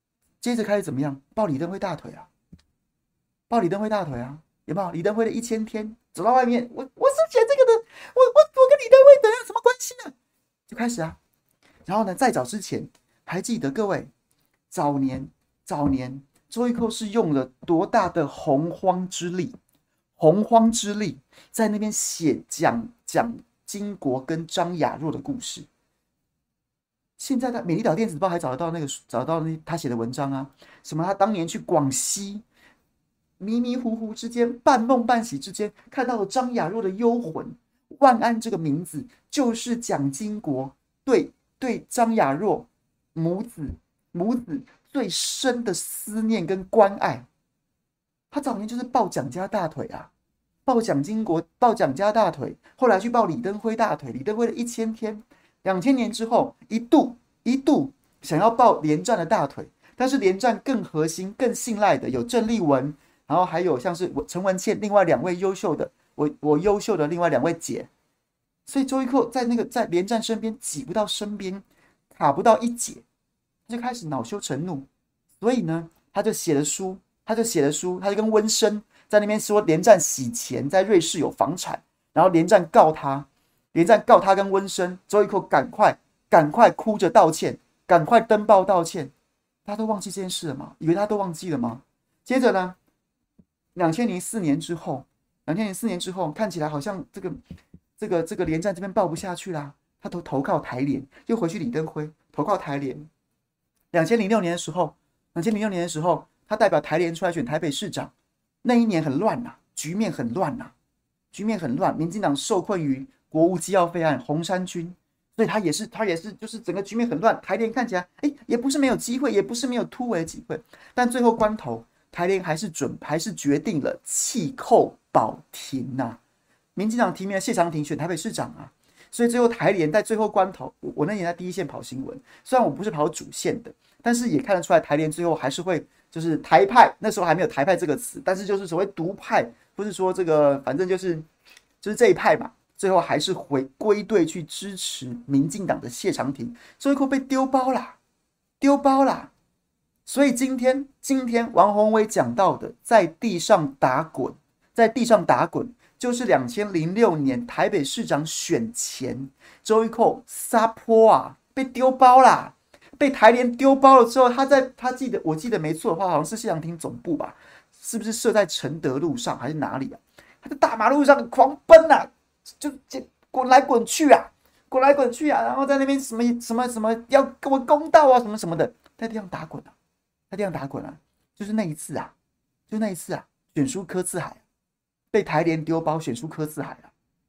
接着开始怎么样？抱李登辉大腿啊，抱李登辉大腿啊，有没有？李登辉的一千天走到外面，我我是写这个的，我我我跟李登辉怎样什么关系呢？就开始啊。然后呢，在早之前还记得各位，早年早年周玉蔻是用了多大的洪荒之力，洪荒之力在那边写讲讲经国跟张雅若的故事。现在的美丽岛电子报还找得到那个找得到那他写的文章啊，什么他当年去广西，迷迷糊糊之间，半梦半醒之间，看到了张雅若的幽魂。万安这个名字就是蒋经国对对张雅若母子母子最深的思念跟关爱。他早年就是抱蒋家大腿啊，抱蒋经国，抱蒋家大腿，后来去抱李登辉大腿，李登辉的一千天。两千年之后，一度一度想要抱连战的大腿，但是连战更核心、更信赖的有郑丽文，然后还有像是陈文茜，另外两位优秀的我我优秀的另外两位姐，所以周玉蔻在那个在连战身边挤不到身边，卡不到一姐，他就开始恼羞成怒，所以呢，他就写了书，他就写了书，他就跟温生在那边说连战洗钱，在瑞士有房产，然后连战告他。连战告他跟温生，周玉蔻赶快赶快哭着道歉，赶快登报道歉。大家都忘记这件事了吗？以为他都忘记了吗？接着呢，两千零四年之后，两千零四年之后，看起来好像这个这个这个连战这边抱不下去啦，他投投靠台联，又回去李登辉投靠台联。两千零六年的时候，两千零六年的时候，他代表台联出来选台北市长，那一年很乱呐、啊，局面很乱呐、啊，局面很乱，民进党受困于国务机要费案、红衫军，所以他也是，他也是，就是整个局面很乱。台联看起来，哎，也不是没有机会，也不是没有突围的机会，但最后关头，台联还是准，还是决定了弃寇保庭呐、啊。民进党提名了谢长廷选台北市长啊，所以最后台联在最后关头，我我那年在第一线跑新闻，虽然我不是跑主线的，但是也看得出来台联最后还是会，就是台派，那时候还没有台派这个词，但是就是所谓独派，不是说这个，反正就是就是这一派嘛。最后还是回归队去支持民进党的谢长廷，周玉蔻被丢包啦，丢包啦。所以今天今天王宏伟讲到的，在地上打滚，在地上打滚，就是两千零六年台北市长选前，周玉蔻撒泼啊，被丢包啦，被台联丢包了之后，他在他记得我记得没错的话，好像是谢长廷总部吧，是不是设在承德路上还是哪里啊？他在大马路上狂奔啊！就滚来滚去啊，滚来滚去啊，然后在那边什么什么什么要给我公道啊，什么什么的，在地上打滚啊，在地上打滚啊，就是那一次啊，就那一次啊，选输柯志海，被台联丢包，选输柯志海啊。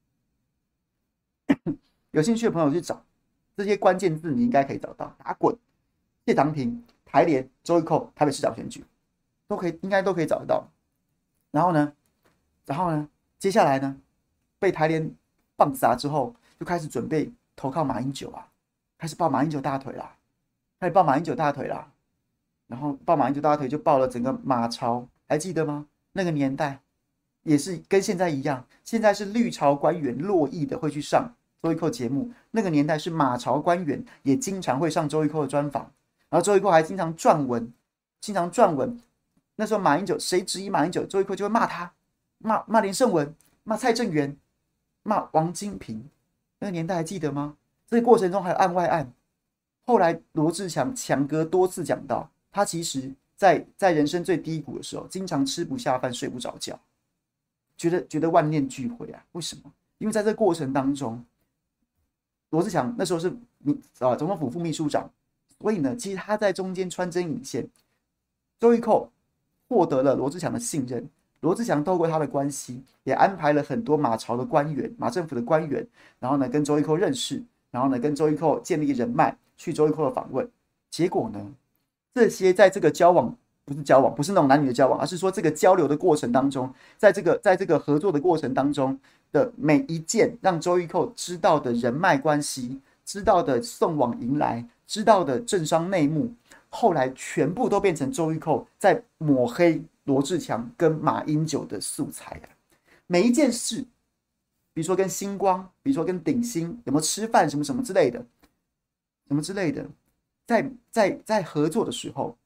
有兴趣的朋友去找这些关键字，你应该可以找到。打滚、谢长廷、台联、周玉蔻、台北市长选举，都可以，应该都可以找得到。然后呢，然后呢，接下来呢？被台联棒砸之后，就开始准备投靠马英九啊，开始抱马英九大腿啦，开始抱马英九大腿啦，然后抱马英九大腿就抱了整个马朝，还记得吗？那个年代也是跟现在一样，现在是绿潮官员络绎的会去上周玉蔻节目，那个年代是马朝官员也经常会上周玉蔻的专访，然后周玉蔻还经常撰文，经常撰文。那时候马英九谁质疑马英九，周玉蔻就会骂他，骂骂连胜文，骂蔡正元。骂王金平，那个年代还记得吗？这个过程中还有案外案。后来罗志强强哥多次讲到，他其实在在人生最低谷的时候，经常吃不下饭、睡不着觉，觉得觉得万念俱灰啊。为什么？因为在这个过程当中，罗志强那时候是啊总统府副秘书长，所以呢，其实他在中间穿针引线，周玉蔻获得了罗志强的信任。罗志强透过他的关系，也安排了很多马朝的官员、马政府的官员，然后呢跟周玉蔻认识，然后呢跟周玉蔻建立人脉，去周玉蔻的访问。结果呢，这些在这个交往不是交往，不是那种男女的交往，而是说这个交流的过程当中，在这个在这个合作的过程当中的每一件让周玉蔻知道的人脉关系、知道的送往迎来、知道的政商内幕，后来全部都变成周玉蔻在抹黑罗志强跟马英九的素材啊。每一件事，比如说跟星光，比如说跟鼎新有没有吃饭什么什么之类的，什么之类的，在在在合作的时候，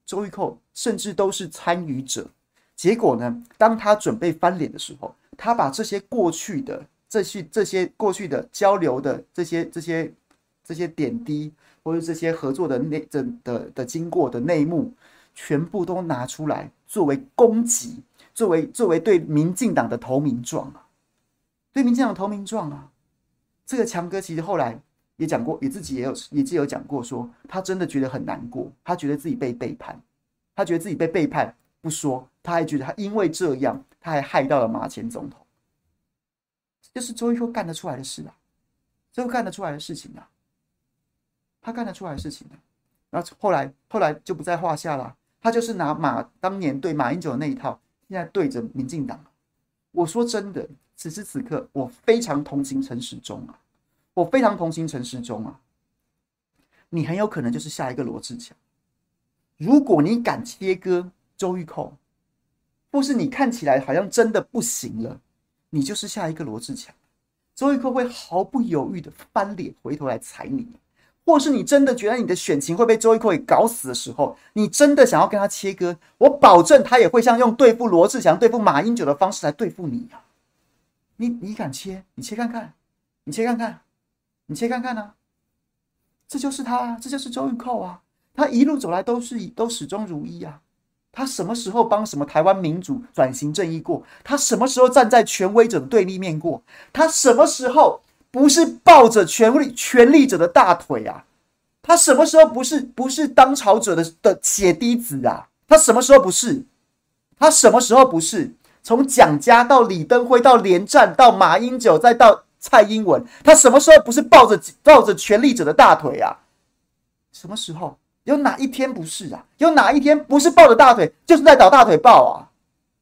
周玉蔻甚至都是参与者。结果呢，当他准备翻脸的时候，他把这些过去的这些这些过去的交流的这些这些这些点滴，或者这些合作的内的的的经过的内幕，全部都拿出来作为攻击，作为作为对民进党的投名状啊，对民进党投名状啊。这个强哥其实后来也讲过，也自己也有也自己有讲过说，他真的觉得很难过，他觉得自己被背叛，他觉得自己被背叛。不说，他还觉得他因为这样，他还害到了马前总统，这就是周玉蔻干得出来的事啊，这干得出来的事情啊，他干得出来的事情啊。然后后来后来就不在话下了，他就是拿马当年对马英九的那一套，现在对着民进党。我说真的，此时此刻，我非常同情陈时中啊，我非常同情陈时中啊，你很有可能就是下一个罗智强，如果你敢切割周玉蔻，或是你看起来好像真的不行了，你就是下一个罗智强。周玉蔻会毫不犹豫的翻脸回头来踩你，或是你真的觉得你的选情会被周玉蔻给搞死的时候，你真的想要跟他切割，我保证他也会像用对付罗智强、对付马英九的方式来对付你啊！你你敢切？你切看看，你切看看，你切看看啊！这就是他啊，这就是周玉蔻啊！他一路走来都是都始终如一啊！他什么时候帮什么台湾民主转型正义过？他什么时候站在权威者的对立面过？他什么时候不是抱着权力权力者的大腿啊？他什么时候不是不是当朝者的的血滴子啊？他什么时候不是？他什么时候不是？从蒋家到李登辉到连战到马英九再到蔡英文，他什么时候不是抱着抱着权力者的大腿啊？什么时候？有哪一天不是啊？有哪一天不是抱着大腿，就是在倒大腿抱啊？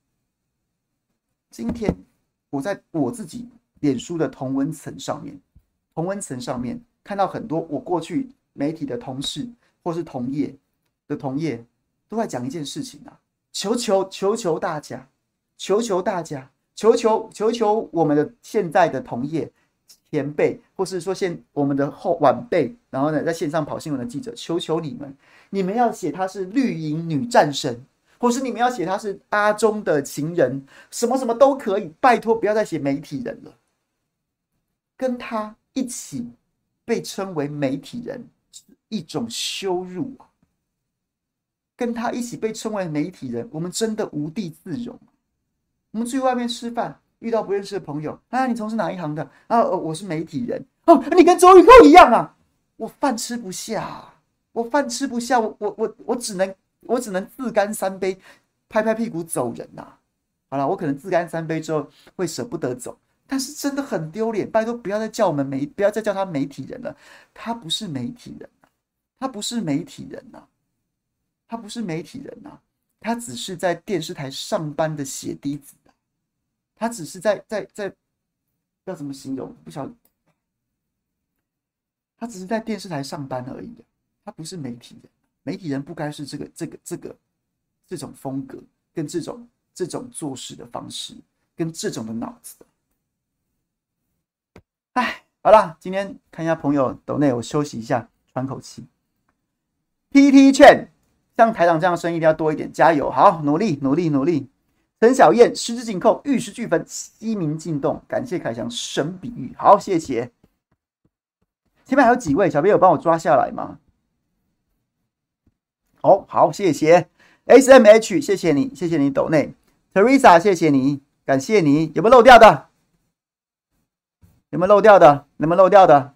今天我在我自己脸书的同温层上面，同温层上面看到很多我过去媒体的同事或是同业的同业都在讲一件事情啊，求求求求大家，求求大家，求求求求我们的现在的同业。前辈，或是说现我们的后晚辈，然后呢，在线上跑新闻的记者，求求你们，你们要写她是绿营女战神，或是你们要写她是阿中的情人，什么什么都可以，拜托不要再写媒体人了。跟她一起被称为媒体人是一种羞辱啊！跟她一起被称为媒体人，我们真的无地自容。我们去外面吃饭。遇到不认识的朋友，啊，你从事哪一行的？啊，呃、我是媒体人。哦，你跟周玉蔻一样啊！我饭吃不下、啊，我饭吃不下，我我我我只能我只能自干三杯，拍拍屁股走人呐、啊。好了，我可能自干三杯之后会舍不得走，但是真的很丢脸，拜托不要再叫我们媒，不要再叫他媒体人了，他不是媒体人、啊，他不是媒体人呐、啊，他不是媒体人呐、啊，他只是在电视台上班的血滴子。他只是在在在要怎么形容？不晓得。他只是在电视台上班而已，他不是媒体人。媒体人不该是这个这个这个这种风格，跟这种这种做事的方式，跟这种的脑子。哎，好啦，今天看一下朋友抖内，我休息一下，喘口气。P T 劝，像台长这样的声音一定要多一点，加油！好，努力努力努力。陈小燕十指紧扣，玉石俱焚，西明进洞。感谢凯翔神比喻，好，谢谢。前面还有几位小朋友帮我抓下来吗？哦，好，谢谢。S M H， 谢谢你，谢谢你抖内。Teresa， 谢谢你，感谢你。有没有漏掉的？有没有漏掉的？有没有漏掉的？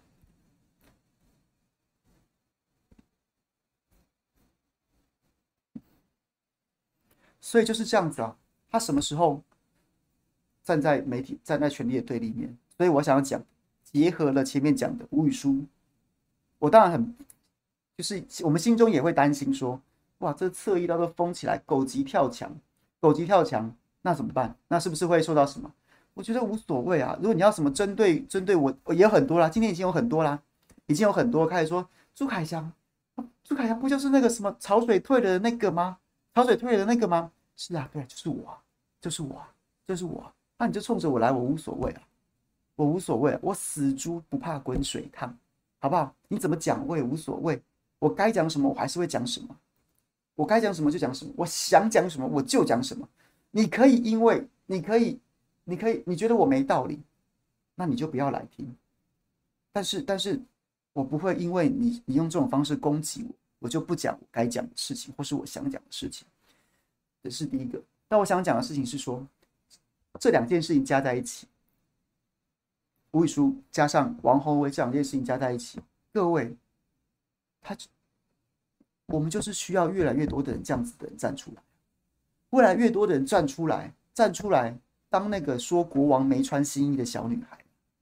所以就是这样子啊。他什么时候站在媒体、站在权力的对立面？所以我想要讲，结合了前面讲的吴语书，我当然很，就是我们心中也会担心说，哇，这侧翼到时候封起来，狗急跳墙，狗急跳墙，那怎么办？那是不是会受到什么？我觉得无所谓啊。如果你要什么针对针对我，也有很多啦，今天已经有很多啦，已经有很多开始说朱凯翔，朱凯翔不就是那个什么潮水退了的那个吗？潮水退了的那个吗？是啊，对，就是我、啊，就是我、啊，就是我、啊。那、啊、你就冲着我来，我无所谓啊，我无所谓、啊，我死猪不怕滚水烫，好不好？你怎么讲我也无所谓，我该讲什么我还是会讲什么。 我该讲什么就讲什么，我想讲什么我就讲什么。你可以因为你可以你可以你觉得我没道理，那你就不要来听。但是但是我不会因为你你用这种方式攻击我，我就不讲我该讲的事情，或是我想讲的事情。这是第一个。但我想讲的事情是说，这两件事情加在一起，吴宇舒加上王宏威这两件事情加在一起，各位，他我们就是需要越来越多的人这样子的人站出来，越来越多的人站出来，站出来当那个说国王没穿新衣的小女孩。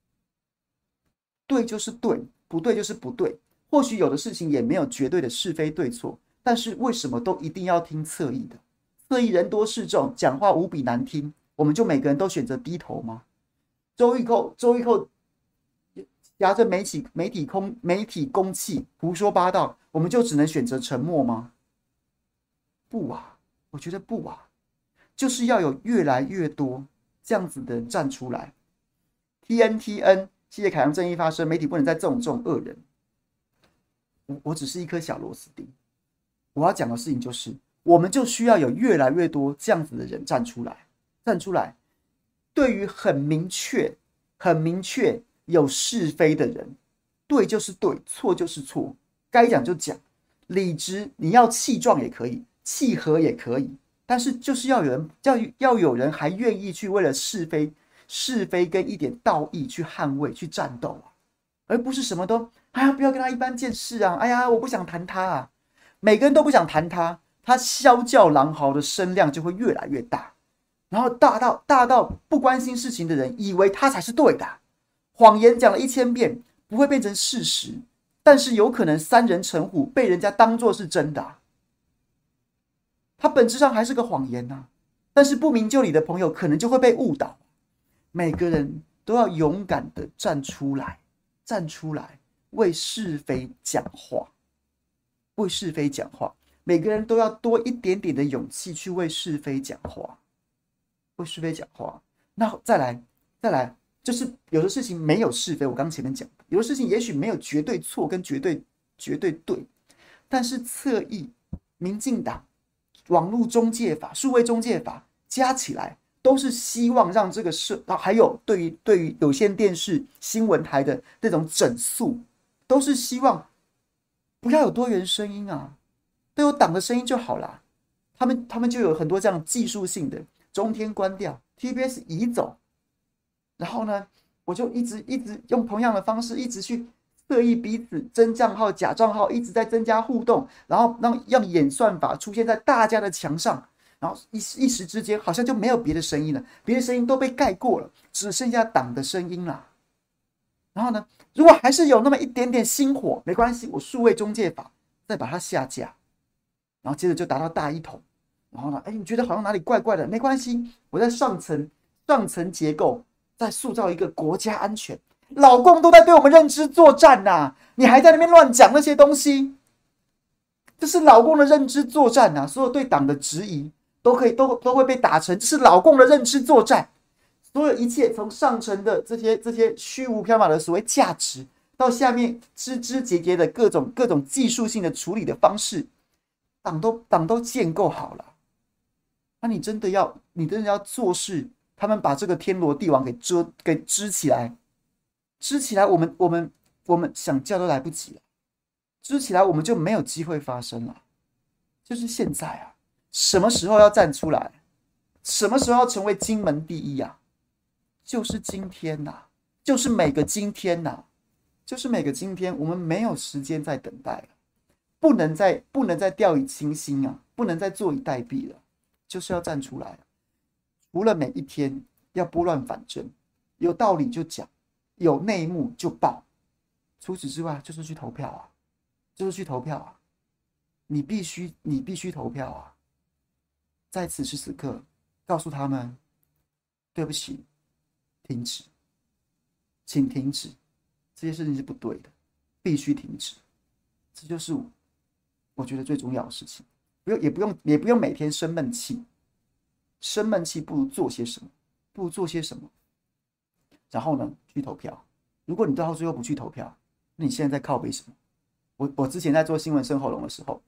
对就是对，不对就是不对。或许有的事情也没有绝对的是非对错，但是为什么都一定要听侧翼的？侧翼人多势众，讲话无比难听，我们就每个人都选择低头吗？周玉蔻，周玉蔻夹着媒体媒体空媒体公器胡说八道，我们就只能选择沉默吗？不啊，我觉得不啊，就是要有越来越多这样子的人站出来。T N T N， 谢谢凯阳正义发声，媒体不能再这种这种恶人。我我只是一颗小螺丝钉，我要讲的事情就是，我们就需要有越来越多这样子的人站出来，站出来。对于很明确、很明确有是非的人，对就是对，错就是错，该讲就讲。理直，你要气壮也可以，气和也可以，但是就是要有人，要要有人还愿意去为了是非、是非跟一点道义去捍卫、去战斗啊，而不是什么都哎呀不要跟他一般见识啊，哎呀我不想谈他啊，每个人都不想谈他，他啸叫狼嚎的声量就会越来越大。然后大到大到不关心事情的人以为他才是对的，谎言讲了一千遍不会变成事实，但是有可能三人成虎被人家当作是真的、啊，它本质上还是个谎言呐、啊。但是不明就里的朋友可能就会被误导。每个人都要勇敢的站出来，站出来为是非讲话，为是非讲话。每个人都要多一点点的勇气去为是非讲话。为是非讲话，那再来，再来，就是有的事情没有是非，我刚刚前面讲的，有的事情也许没有绝对错跟绝对绝对对，但是侧翼、民进党、网络中介法、数位中介法加起来，都是希望让这个社，还有对于对于有线电视、新闻台的那种整肃，都是希望不要有多元声音啊，都有党的声音就好啦。他们他们就有很多这样技术性的。中天关掉 ，T B S 移走，然后呢，我就一直一直用同样的方式，一直去侧翼彼此真账号、假账号，一直在增加互动，然后让让演算法出现在大家的墙上，然后一一时之间好像就没有别的声音了，别的声音都被盖过了，只剩下党的声音啦。然后呢，如果还是有那么一点点星火，没关系，我数位中介法再把它下架，然后接着就达到大一统。然后呢？哎，你觉得好像哪里怪怪的？没关系，我在上层上层结构在塑造一个国家安全。老共都在对我们认知作战呐、啊，你还在那边乱讲那些东西，这是老共的认知作战呐、啊。所有对党的质疑都可以都都会被打成这是老共的认知作战。所有一切从上层的这些这些虚无缥缈的所谓价值，到下面枝枝节节的各种各种技术性的处理的方式，党都党都建构好了。那、啊、你真的要，你真的要做事，他们把这个天罗地网给遮给支起来，支起来，我们我们我们想叫都来不及了，支起来我们就没有机会发生了。就是现在啊，什么时候要站出来？什么时候要成为金门第一啊？就是今天呐、啊，就是每个今天呐、啊，就是每个今天，我们没有时间再等待了，不能再不能再掉以轻心啊，不能再坐以待毙了。就是要站出来，除了每一天要拨乱反正，有道理就讲，有内幕就爆。除此之外，就是去投票啊，就是去投票啊，你必须你必须投票啊。在此时此刻，告诉他们，对不起，停止，请停止，这些事情是不对的，必须停止。这就是我觉得最重要的事情。不用也不用也不用每天生闷气，生闷气不如做些什么，不如做些什么。然后呢，去投票。如果你到最后不去投票，那你现在在靠北什么？我我之前在做新闻生喉咙的时候，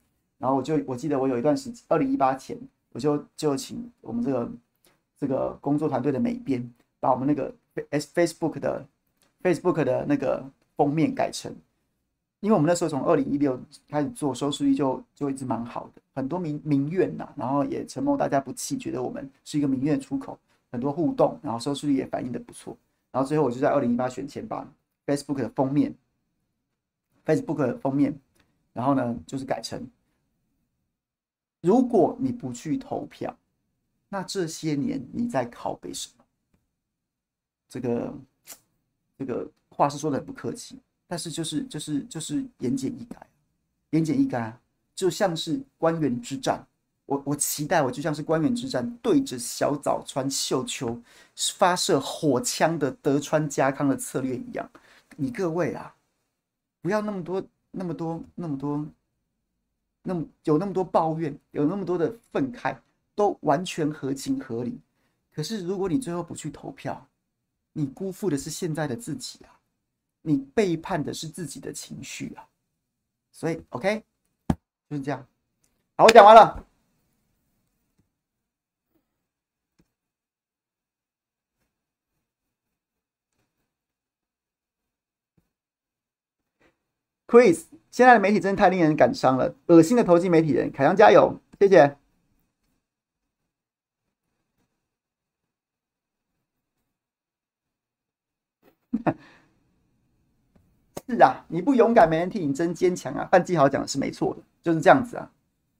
然后我就我记得我有一段时间，二零一八前，我就就请我们这个这个工作团队的美编，把我们那个 Facebook 的 Facebook 的那个封面改成，因为我们那时候从二零一六开始做，收视率就就一直蛮好的，很多民民怨呐、啊，然后也承蒙大家不弃，觉得我们是一个民怨出口，很多互动，然后收视率也反应的不错，然后最后我就在二零一八选前把 Facebook 的封面 Facebook 的封面，然后呢就是改成，如果你不去投票，那这些年你在靠北什么？这个这个话是说的很不客气，但是就是就是就是言简意赅，言简意赅啊，就像是官员之战。我我期待我就像是官员之战对着小早川秀秋发射火枪的德川家康的策略一样。你各位啊，不要那么多那么多那么多那么有那么多抱怨，有那么多的愤慨，都完全合情合理。可是如果你最后不去投票，你辜负的是现在的自己啊，你背叛的是自己的情绪啊。所以 OK， 就是这样。好，我讲完了。Chris， 现在的媒体真的太令人感伤了，恶心的投机媒体人，凯阳加油，谢谢。是啊，你不勇敢，没人替你真坚强啊。范继豪讲的是没错的，就是这样子啊。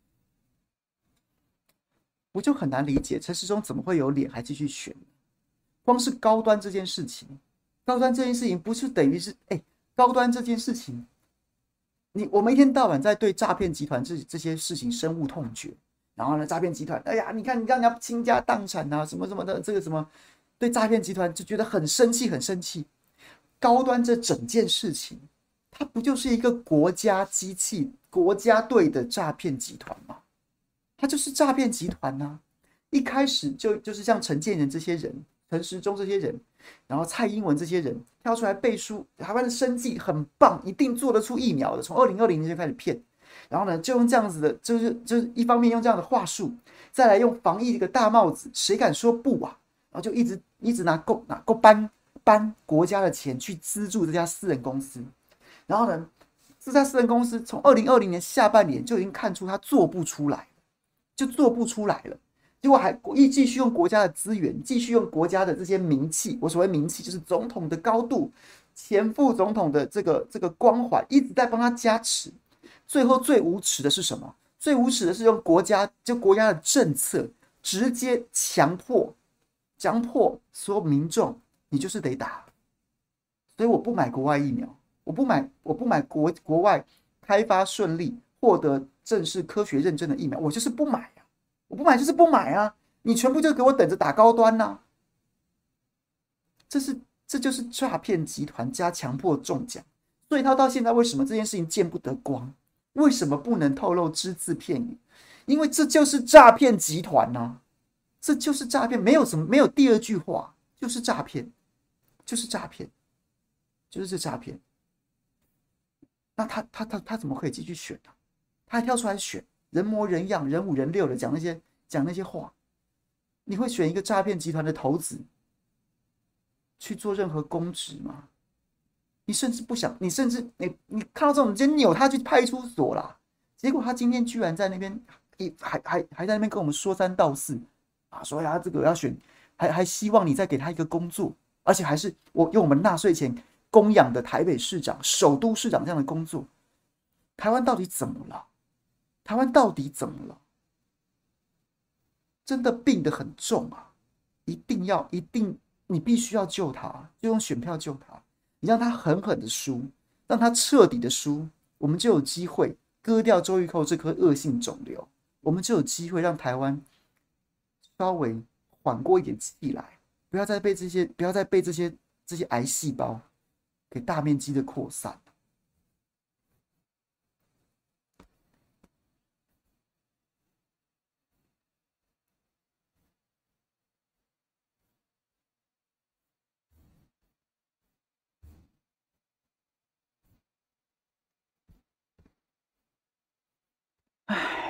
我就很难理解陈时中怎么会有脸还继续选。光是高端这件事情，高端这件事情不是等于是哎、欸，高端这件事情，你我们一天到晚在对诈骗集团这这些事情深恶痛绝，然后呢，诈骗集团，哎呀，你看你让人家倾家荡产啊，什么什么的，这个什么，对诈骗集团就觉得很生气，很生气。高端这整件事情，它不就是一个国家机器、国家队的诈骗集团吗？它就是诈骗集团呐、啊！一开始就就是像陈建仁这些人、陈时中这些人，然后蔡英文这些人跳出来背书，台湾的生技很棒，一定做得出疫苗的。从二零二零年就开始骗，然后呢，就用这样子的，就是就是一方面用这样的话术，再来用防疫这个大帽子，谁敢说不啊？然后就一直一直拿够拿够搬搬国家的钱去资助这家私人公司，然后呢，这家私人公司从二零二零年下半年就已经看出他做不出来。就做不出来了，结果还继续用国家的资源，继续用国家的这些名气，我所谓名气就是总统的高度，前副总统的这个这个光环，一直在帮他加持。最后最无耻的是什么？最无耻的是用国家就国家的政策，直接强迫强迫所有民众，你就是得打。所以我不买国外疫苗，我不买我不买国国外开发顺利获得正式科学认证的疫苗，我就是不买啊！我不买就是不买啊！你全部就给我等着打高端呐、啊！这是这就是诈骗集团加强迫中奖，所以他到现在为什么这件事情见不得光？为什么不能透露只字片语？因为这就是诈骗集团呐、啊！这就是诈骗，没有什么没有第二句话，就是诈骗，就是诈骗，就是这诈骗。那他他他他怎么可以继续选呢、啊？他还跳出来选，人模人样、人五人六的讲那些讲那些话，你会选一个诈骗集团的头子去做任何公职吗？你甚至不想，你甚至你你看到这种，直接扭他去派出所啦。结果他今天居然在那边，还还还在那边跟我们说三道四啊，说呀这个要选，还还希望你再给他一个工作，而且还是我用我们纳税钱供养的台北市长、首都市长这样的工作。台湾到底怎么了？台湾到底怎么了？真的病得很重啊！一定要，一定，你必须要救他，就用选票救他。你让他狠狠的输，让他彻底的输，我们就有机会割掉周玉蔻这颗恶性肿瘤，我们就有机会让台湾稍微缓过一点气来，不要再被这些，不要再被这些这些癌细胞给大面积的扩散。唉。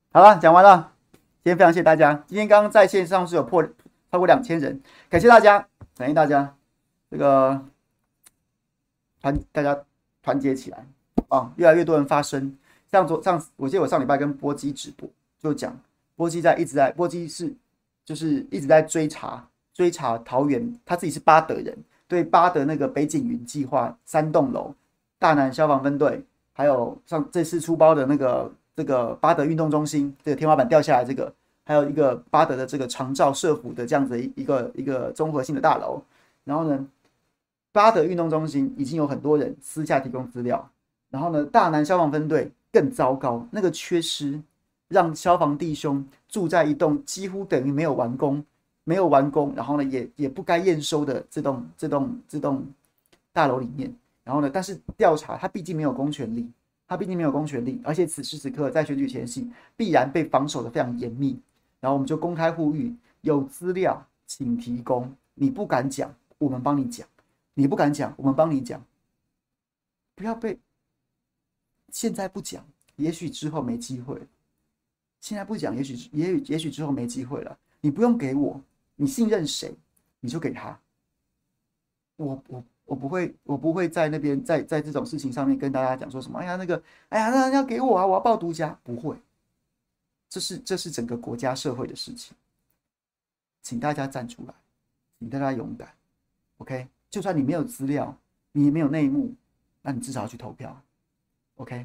好了，讲完了。今天非常谢谢大家。今天刚刚在线上是有破超过两千人，感谢大家，感谢大家，这个团大家团结起来啊！越来越多人发声。像昨上，我记得我上礼拜跟波基直播就讲，波基在一直在，波基是就是一直在追查追查桃园，他自己是巴德人，对巴德那个北景云计划三栋楼，大南消防分队，还有上这次出包的那个这个巴德运动中心，这个天花板掉下来这个。还有一个巴德的这个长照社服的这样子的一个一个综合性的大楼，然后呢，巴德运动中心已经有很多人私下提供资料，然后呢，大南消防分队更糟糕，那个缺失让消防弟兄住在一栋几乎等于没有完工、没有完工，然后呢也也不该验收的这栋这栋这栋大楼里面，然后呢，但是调查他毕竟没有公权力，他毕竟没有公权力，而且此时此刻在选举前夕必然被防守的非常严密。然后我们就公开呼吁，有资料请提供。你不敢讲，我们帮你讲；你不敢讲，我们帮你讲。不要被现在不讲，也许之后没机会。现在不讲，也许也许也许之后没机会了。你不用给我，你信任谁，你就给他。我我我不会，我不会在那边在在这种事情上面跟大家讲说什么。哎呀，那个，哎呀，那要给我啊，我要报独家，不会。这是这是整个国家社会的事情，请大家站出来，请大家勇敢 ，OK？ 就算你没有资料，你也没有内幕，那你至少要去投票 ，OK？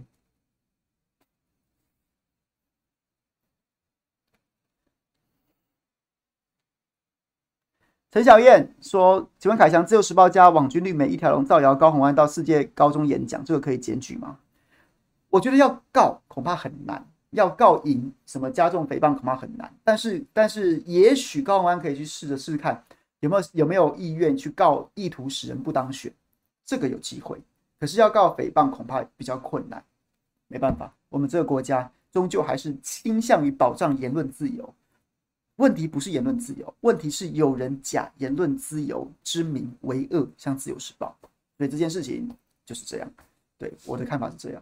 陈小燕说：“请问凯翔，自由时报加网军绿媒一条龙造谣高虹安到世界高中演讲，这个可以检举吗？”我觉得要告恐怕很难。要告赢什么加重诽谤恐怕很难，但是但是也许高虹安可以去试着试试看有没有有没有意愿去告意图使人不当选，这个有机会。可是要告诽谤恐怕比较困难，没办法，我们这个国家终究还是倾向于保障言论自由。问题不是言论自由，问题是有人假言论自由之名为恶，像自由时报。所以这件事情就是这样。对，我的看法是这样。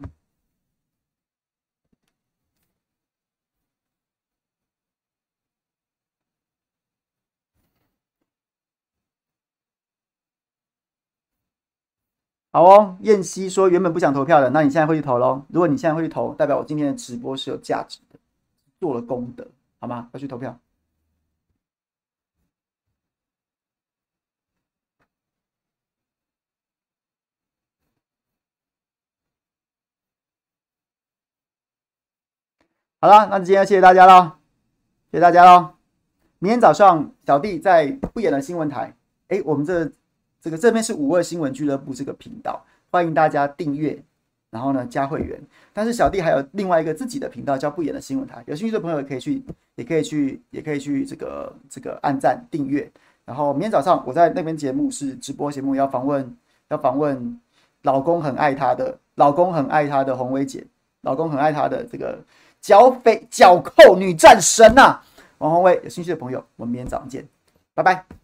好哦，燕西说原本不想投票的，那你现在会去投咯。如果你现在会去投，代表我今天的直播是有价值的，做了功德，好吗？要去投票。好了，那今天谢谢大家了，谢谢大家咯。明天早上小弟在不演的新闻台，哎，我们这这个这边是五二新闻俱乐部这个频道。欢迎大家订阅，然后呢加会员。但是小弟还有另外一个自己的频道叫不演的新闻台，有兴趣的朋友也可以去，也可以去，也可以去这个这个按赞订阅。然后明天早上我在那边节目是直播节目，要访问要访问老公很爱她的老公很爱她的洪薇姐，老公很爱她的这个剿匪剿寇女战神啊，王宏薇。有兴趣的朋友，我们明天早上见，拜拜。